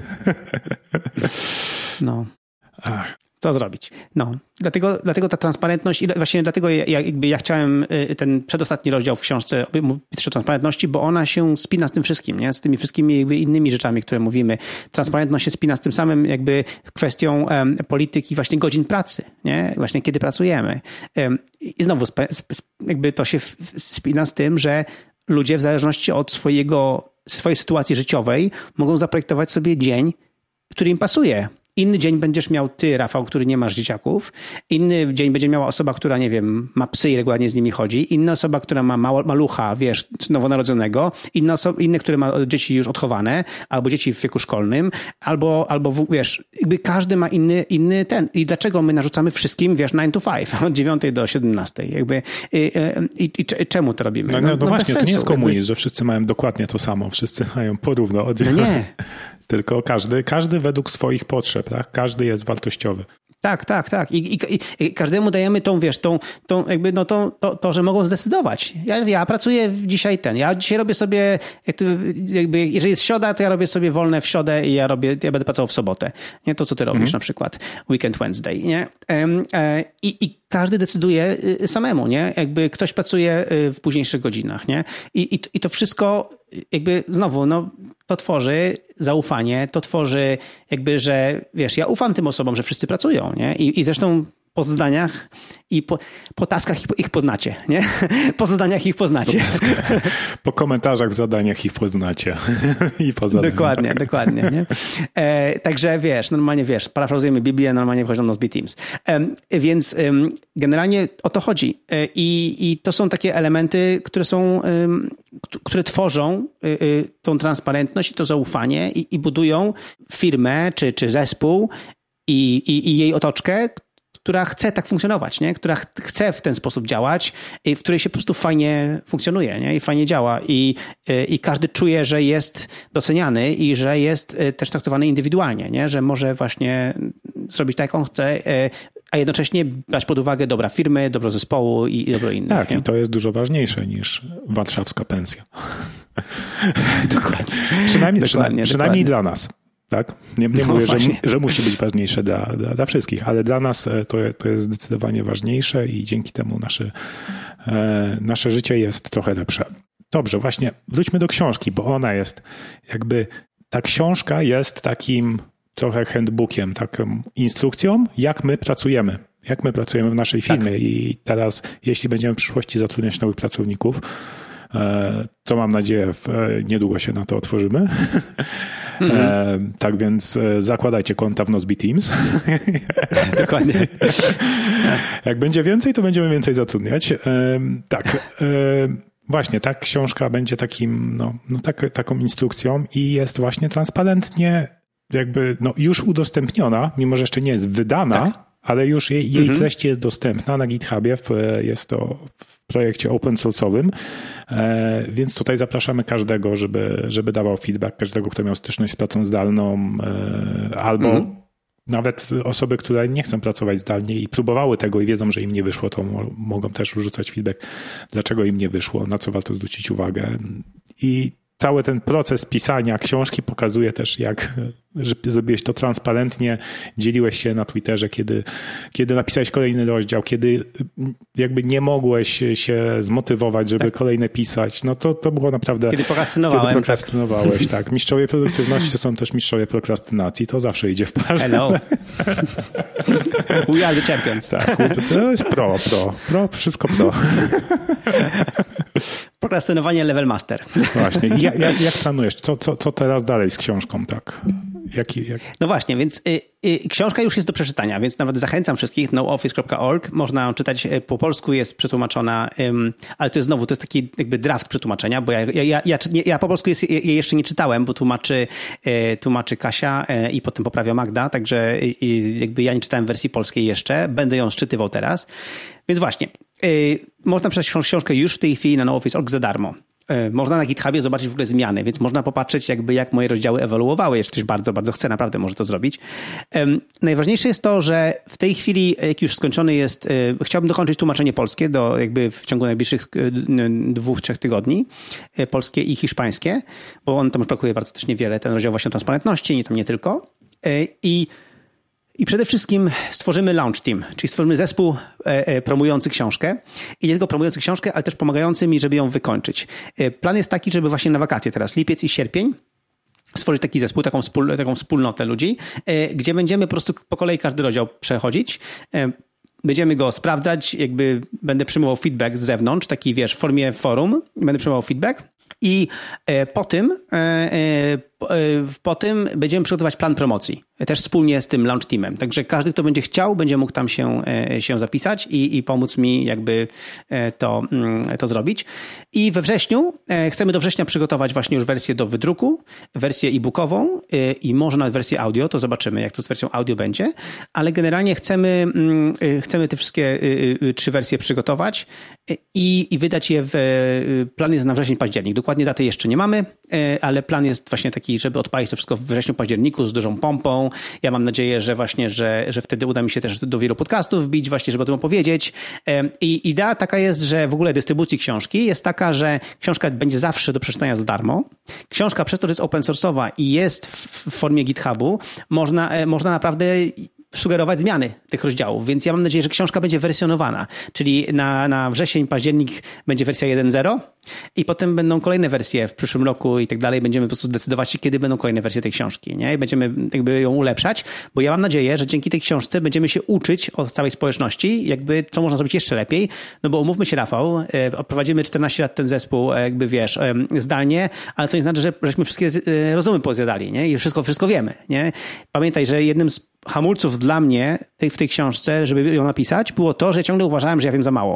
No. Ach. Co zrobić? No, dlatego, dlatego ta transparentność i właśnie dlatego ja, jakby ja chciałem ten przedostatni rozdział w książce mówić o transparentności, bo ona się spina z tym wszystkim, nie? Z tymi wszystkimi jakby innymi rzeczami, które mówimy. Transparentność się spina z tym samym jakby kwestią um, polityki właśnie godzin pracy, nie? Właśnie kiedy pracujemy. Um, I znowu spe, spe, jakby to się w, w, spina z tym, że ludzie w zależności od swojego, swojej sytuacji życiowej mogą zaprojektować sobie dzień, który im pasuje. Inny dzień będziesz miał ty, Rafał, który nie masz dzieciaków. Inny dzień będzie miała osoba, która, nie wiem, ma psy i regularnie z nimi chodzi. Inna osoba, która ma malucha, wiesz, nowonarodzonego. Inna osoba, inny, który ma dzieci już odchowane, albo dzieci w wieku szkolnym, albo, albo wiesz, jakby każdy ma inny, inny ten. I dlaczego my narzucamy wszystkim, wiesz, nine to five, od dziewiątej do siedemnastej. Jakby, i, i, i czemu to robimy? No, no, no, no właśnie, to nie jest komunizm, jakby... że wszyscy mają dokładnie to samo. Wszyscy mają porówno. Od... No nie. Tylko każdy, każdy według swoich potrzeb, tak? Każdy jest wartościowy. Tak, tak, tak. I, i, i każdemu dajemy tą, wiesz, tą, tą jakby, no to, to, to, że mogą zdecydować. Ja, ja pracuję dzisiaj ten, ja dzisiaj robię sobie, jakby, jeżeli jest środa, to ja robię sobie wolne w środę i ja robię, ja będę pracował w sobotę. Nie to, co ty robisz mhm. na przykład. Weekend Wednesday, nie? I, i każdy decyduje samemu, nie? Jakby ktoś pracuje w późniejszych godzinach, nie? I, i, i to wszystko jakby znowu, no, to tworzy zaufanie, to tworzy jakby, że wiesz, ja ufam tym osobom, że wszyscy pracują, nie? I, i zresztą po zadaniach i po, po taskach ich, ich poznacie, nie? Po zadaniach ich poznacie. Po, po komentarzach w zadaniach ich poznacie. I po zadaniach. Dokładnie, dokładnie, nie? E, także wiesz, normalnie wiesz, parafrazujemy Biblię, normalnie wchodzą Nozbe Teams. E, więc e, generalnie o to chodzi. E, i, I to są takie elementy, które są, e, które tworzą e, tą transparentność i to zaufanie i, i budują firmę czy, czy zespół i, i, i jej otoczkę, która chce tak funkcjonować, nie? Która ch- chce w ten sposób działać i w której się po prostu fajnie funkcjonuje, nie? I fajnie działa i, i każdy czuje, że jest doceniany i że jest też traktowany indywidualnie, nie? Że może właśnie zrobić tak, jak on chce, a jednocześnie brać pod uwagę dobra firmy, dobro zespołu i, i dobro innych. Tak, nie? i to jest dużo ważniejsze niż warszawska pensja. Dokładnie. Przynajmniej, dokładnie, przynajmniej dokładnie. dla nas. Tak? Nie, nie No mówię, że, właśnie. że musi być ważniejsze dla, dla, dla wszystkich, ale dla nas to, to jest zdecydowanie ważniejsze i dzięki temu nasze, e, nasze życie jest trochę lepsze. Dobrze, właśnie wróćmy do książki, bo ona jest jakby, ta książka jest takim trochę handbookiem, taką instrukcją, jak my pracujemy. Jak my pracujemy w naszej firmie tak. I teraz, jeśli będziemy w przyszłości zatrudniać nowych pracowników, co mam nadzieję, niedługo się na to otworzymy. Mm-hmm. Tak więc zakładajcie konta w Nozbe Teams. Dokładnie. Jak będzie więcej, to będziemy więcej zatrudniać. Tak. Właśnie, ta książka będzie takim, no, no tak, taką instrukcją i jest właśnie transparentnie jakby no, już udostępniona, mimo że jeszcze nie jest wydana, tak. ale już jej, jej mhm. treść jest dostępna na GitHubie, w, jest to w projekcie open source'owym, e, więc tutaj zapraszamy każdego, żeby, żeby dawał feedback, każdego, kto miał styczność z pracą zdalną, e, albo mhm. nawet osoby, które nie chcą pracować zdalnie i próbowały tego i wiedzą, że im nie wyszło, to mo- mogą też wrzucać feedback, dlaczego im nie wyszło, na co warto zwrócić uwagę. I cały ten proces pisania książki pokazuje też, jak że zrobiłeś to transparentnie, dzieliłeś się na Twitterze, kiedy, kiedy napisałeś kolejny rozdział, kiedy jakby nie mogłeś się zmotywować, żeby tak. kolejne pisać. No to, to było naprawdę... Kiedy prokrastynowałem. Kiedy prokrastynowałeś, tak. tak. Mistrzowie produktywności to są też mistrzowie prokrastynacji. To zawsze idzie w parze. Hello. We are the champions. Tak, to jest pro, pro. Pro, wszystko pro. Prokrastynowanie level master. Właśnie. Jak, jak, jak planujesz? Co, co, co teraz dalej z książką? Tak. Jaki, jak... No właśnie, więc y, y, książka już jest do przeczytania, więc nawet zachęcam wszystkich, no office kropka org. Można ją czytać po polsku, jest przetłumaczona, ym, ale to jest znowu, to jest taki jakby draft przetłumaczenia, bo ja, ja, ja, ja, ja po polsku jest, ja jeszcze nie czytałem, bo tłumaczy, y, tłumaczy Kasia y, i potem poprawia Magda, także y, jakby ja nie czytałem wersji polskiej jeszcze, będę ją szczytywał teraz. Więc właśnie, y, można przeczytać książkę już w tej chwili na no office kropka org za darmo. Można na GitHubie zobaczyć w ogóle zmiany, więc można popatrzeć jakby jak moje rozdziały ewoluowały. Jeśli ktoś bardzo, bardzo chce, naprawdę może to zrobić. Najważniejsze jest to, że w tej chwili, jak już skończony jest, chciałbym dokończyć tłumaczenie polskie do jakby w ciągu najbliższych dwóch, trzech tygodni. Polskie i hiszpańskie, bo on tam już brakuje bardzo też niewiele. Ten rozdział właśnie o transparentności, nie tam nie tylko. I I przede wszystkim stworzymy launch team, czyli stworzymy zespół promujący książkę i nie tylko promujący książkę, ale też pomagający mi, żeby ją wykończyć. Plan jest taki, żeby właśnie na wakacje teraz, lipiec i sierpień, stworzyć taki zespół, taką, wspól, taką wspólnotę ludzi, gdzie będziemy po prostu po kolei każdy rozdział przechodzić. Będziemy go sprawdzać, jakby będę przyjmował feedback z zewnątrz, taki wiesz, w formie forum, będę przyjmował feedback i po tym, po tym będziemy przygotować plan promocji, też wspólnie z tym launch teamem. Także każdy, kto będzie chciał, będzie mógł tam się, się zapisać i, i pomóc mi jakby to, to zrobić. I we wrześniu, chcemy do września przygotować właśnie już wersję do wydruku, wersję e-bookową i może nawet wersję audio, to zobaczymy, jak to z wersją audio będzie, ale generalnie chcemy, chcemy te wszystkie trzy wersje przygotować i, i wydać je w, plan jest na wrzesień, październik. Dokładnie daty jeszcze nie mamy, ale plan jest właśnie taki, żeby odpalić to wszystko w wrześniu, październiku z dużą pompą. Ja mam nadzieję, że właśnie, że, że wtedy uda mi się też do wielu podcastów wbić, właśnie, żeby o tym opowiedzieć. I idea taka jest, że w ogóle dystrybucji książki jest taka, że książka będzie zawsze do przeczytania za darmo. Książka przez to, że jest open source'owa i jest w formie GitHubu, można, można naprawdę sugerować zmiany tych rozdziałów, więc ja mam nadzieję, że książka będzie wersjonowana, czyli na, na wrzesień, październik będzie wersja jeden zero i potem będą kolejne wersje w przyszłym roku i tak dalej. Będziemy po prostu decydować, kiedy będą kolejne wersje tej książki, nie? I będziemy jakby ją ulepszać, bo ja mam nadzieję, że dzięki tej książce będziemy się uczyć od całej społeczności, jakby co można zrobić jeszcze lepiej, no bo umówmy się, Rafał, prowadzimy czternaście lat ten zespół, jakby wiesz, zdalnie, ale to nie znaczy, że żeśmy wszystkie rozumy pozjadali, nie? I wszystko, wszystko wiemy, nie? Pamiętaj, że jednym z hamulców dla mnie tej, w tej książce, żeby ją napisać, było to, że ciągle uważałem, że ja wiem za mało.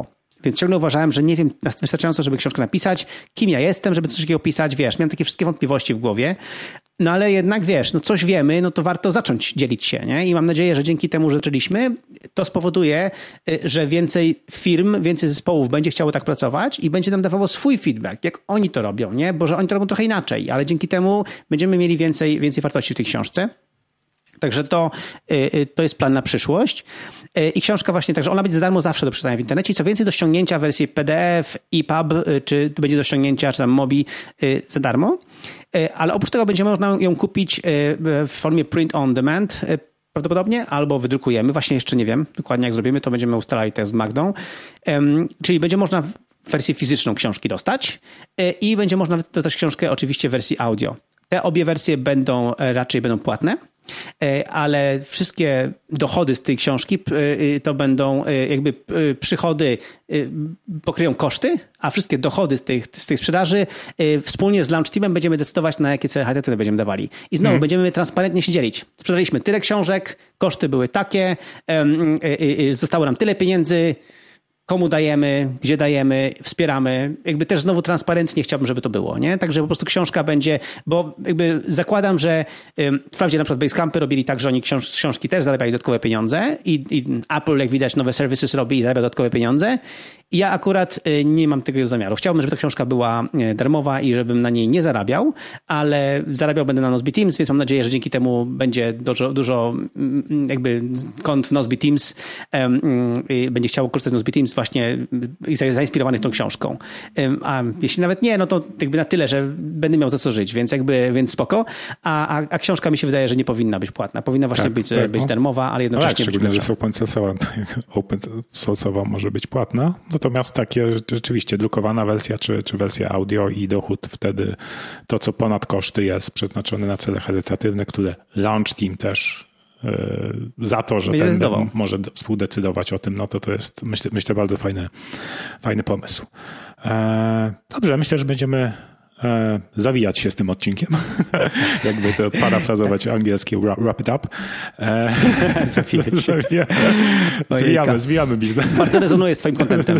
Więc ciągle uważałem, że nie wiem wystarczająco, żeby książkę napisać, kim ja jestem, żeby coś takiego pisać, wiesz, miałem takie wszystkie wątpliwości w głowie, no ale jednak wiesz, no coś wiemy, no to warto zacząć dzielić się, nie? I mam nadzieję, że dzięki temu, że zaczęliśmy, to spowoduje, że więcej firm, więcej zespołów będzie chciało tak pracować i będzie nam dawało swój feedback, jak oni to robią, nie? Bo że oni to robią trochę inaczej, ale dzięki temu będziemy mieli więcej, więcej wartości w tej książce. Także to, to jest plan na przyszłość. I książka właśnie, także ona będzie za darmo zawsze do przeczytania w internecie. I co więcej, do ściągnięcia w wersji P D F, E P U B, czy będzie do ściągnięcia, czy tam Mobi za darmo. Ale oprócz tego będzie można ją kupić w formie print on demand prawdopodobnie, albo wydrukujemy. Właśnie jeszcze nie wiem dokładnie jak zrobimy, to będziemy ustalali też z Magdą. Czyli będzie można wersję fizyczną książki dostać i będzie można też książkę oczywiście w wersji audio. Te obie wersje będą raczej będą płatne, ale wszystkie dochody z tej książki to będą jakby przychody pokryją koszty, a wszystkie dochody z tej, z tej sprzedaży wspólnie z Launch Teamem będziemy decydować, na jakie cele charytatywne będziemy dawali. I znowu hmm. będziemy transparentnie się dzielić. Sprzedaliśmy tyle książek, koszty były takie, zostało nam tyle pieniędzy, komu dajemy, gdzie dajemy, wspieramy. Jakby też znowu transparentnie chciałbym, żeby to było, nie? Także po prostu książka będzie, bo jakby zakładam, że wprawdzie na przykład Basecampy robili tak, że oni książ- książki też zarabiali dodatkowe pieniądze i, i Apple, jak widać, nowe services robi i zarabia dodatkowe pieniądze. I ja akurat nie mam tego zamiaru. Chciałbym, żeby ta książka była darmowa i żebym na niej nie zarabiał, ale zarabiał będę na Nozbe Teams, więc mam nadzieję, że dzięki temu będzie dużo, dużo jakby kont w Nozbe Teams um, będzie chciało korzystać z Nozbe Teams właśnie zainspirowanych tą książką. A jeśli nawet nie, no to jakby na tyle, że będę miał za co żyć, więc jakby, więc spoko. A, a, a książka mi się wydaje, że nie powinna być płatna. Powinna właśnie tak, być, tak, być darmowa, ale jednocześnie no tak, szczególnie, że jest open source'owa, open source'owa może być płatna. Natomiast takie rzeczywiście drukowana wersja czy, czy wersja audio i dochód wtedy to, co ponad koszty jest przeznaczone na cele charytatywne, które Launch Team też za to, że ten może współdecydować o tym, no to to jest myślę, myślę bardzo fajny, fajny pomysł. Dobrze, myślę, że będziemy zawijać się z tym odcinkiem. Jakby to parafrazować angielski wrap it up. Zawijać się. Zwijamy, zwijamy biznes. Bardzo rezonuje z twoim kontentem.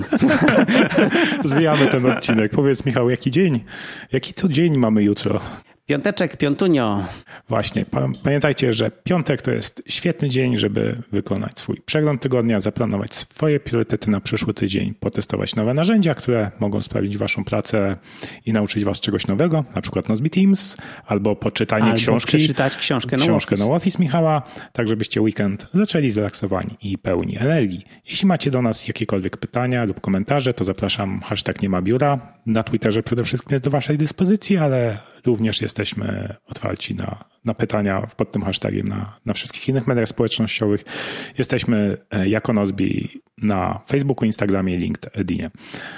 Zwijamy ten odcinek. Powiedz, Michał, jaki dzień? Jaki to dzień mamy jutro? Piąteczek, piątunio. Właśnie. Pamiętajcie, że piątek to jest świetny dzień, żeby wykonać swój przegląd tygodnia, zaplanować swoje priorytety na przyszły tydzień, potestować nowe narzędzia, które mogą sprawić waszą pracę i nauczyć was czegoś nowego, na przykład Nozbe Teams, albo poczytanie albo książki. przeczytać książkę, książkę no No Office Michała, tak żebyście weekend zaczęli zrelaksowani i pełni energii. Jeśli macie do nas jakiekolwiek pytania lub komentarze, to zapraszam hashtag nie ma biura. Na Twitterze przede wszystkim jest do waszej dyspozycji, ale również jesteśmy otwarci na, na pytania pod tym hashtagiem na, na wszystkich innych mediach społecznościowych. Jesteśmy jako Nozbe na Facebooku, Instagramie i LinkedInie.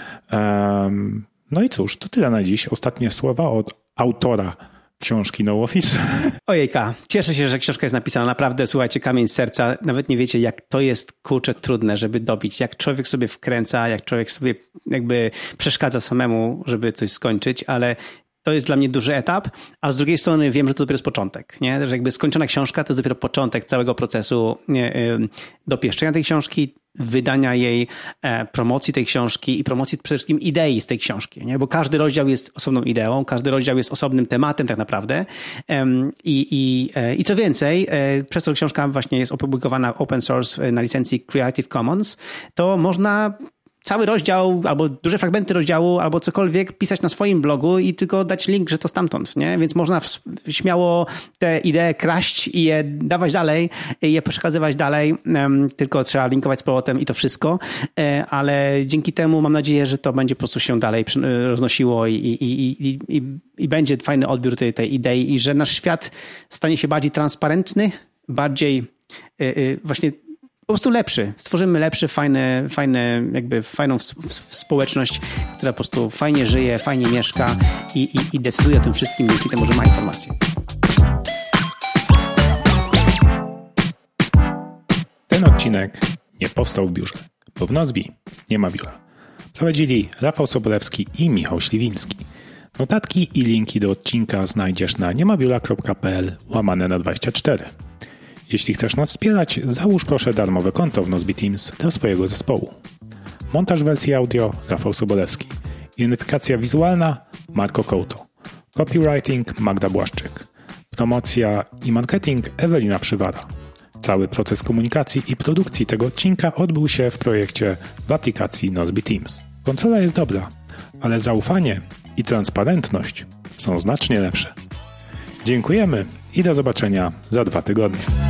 Um, no i cóż, to tyle na dziś. Ostatnie słowa od autora książki No Office. Ojejka, cieszę się, że książka jest napisana. Naprawdę, słuchajcie, kamień z serca. Nawet nie wiecie, jak to jest, kurczę, trudne, żeby dobić. Jak człowiek sobie wkręca, jak człowiek sobie jakby przeszkadza samemu, żeby coś skończyć, ale to jest dla mnie duży etap, a z drugiej strony wiem, że to dopiero jest początek. Nie? Że jakby skończona książka to jest dopiero początek całego procesu dopieszczenia tej książki, wydania jej, promocji tej książki i promocji przede wszystkim idei z tej książki. Nie? Bo każdy rozdział jest osobną ideą, każdy rozdział jest osobnym tematem tak naprawdę. I, i, i co więcej, przez to książka właśnie jest opublikowana open source na licencji Creative Commons, to można cały rozdział, albo duże fragmenty rozdziału, albo cokolwiek pisać na swoim blogu i tylko dać link, że to stamtąd, nie? Więc można w, śmiało te idee kraść i je dawać dalej, i je przekazywać dalej, um, tylko trzeba linkować z powrotem i to wszystko, e, ale dzięki temu mam nadzieję, że to będzie po prostu się dalej roznosiło i, i, i, i, i, i będzie fajny odbiór tej, tej idei i że nasz świat stanie się bardziej transparentny, bardziej e, e, właśnie po prostu lepszy. Stworzymy lepszy, fajny, fajny, jakby fajną w, w, w społeczność, która po prostu fajnie żyje, fajnie mieszka i, i, i decyduje o tym wszystkim dzięki temu, że ma informacje. Ten odcinek nie powstał w biurze, bo w Nozbe nie ma biura. Prowadzili Rafał Sobolewski i Michał Śliwiński. Notatki i linki do odcinka znajdziesz na niemabiura.pl łamane na dwadzieścia cztery. Jeśli chcesz nas wspierać, załóż proszę darmowe konto w Nozbe Teams dla swojego zespołu. Montaż wersji audio Rafał Sobolewski. Identyfikacja wizualna Marko Kołto. Copywriting Magda Błaszczyk. Promocja i marketing Ewelina Przywara. Cały proces komunikacji i produkcji tego odcinka odbył się w projekcie w aplikacji Nozbe Teams. Kontrola jest dobra, ale zaufanie i transparentność są znacznie lepsze. Dziękujemy i do zobaczenia za dwa tygodnie.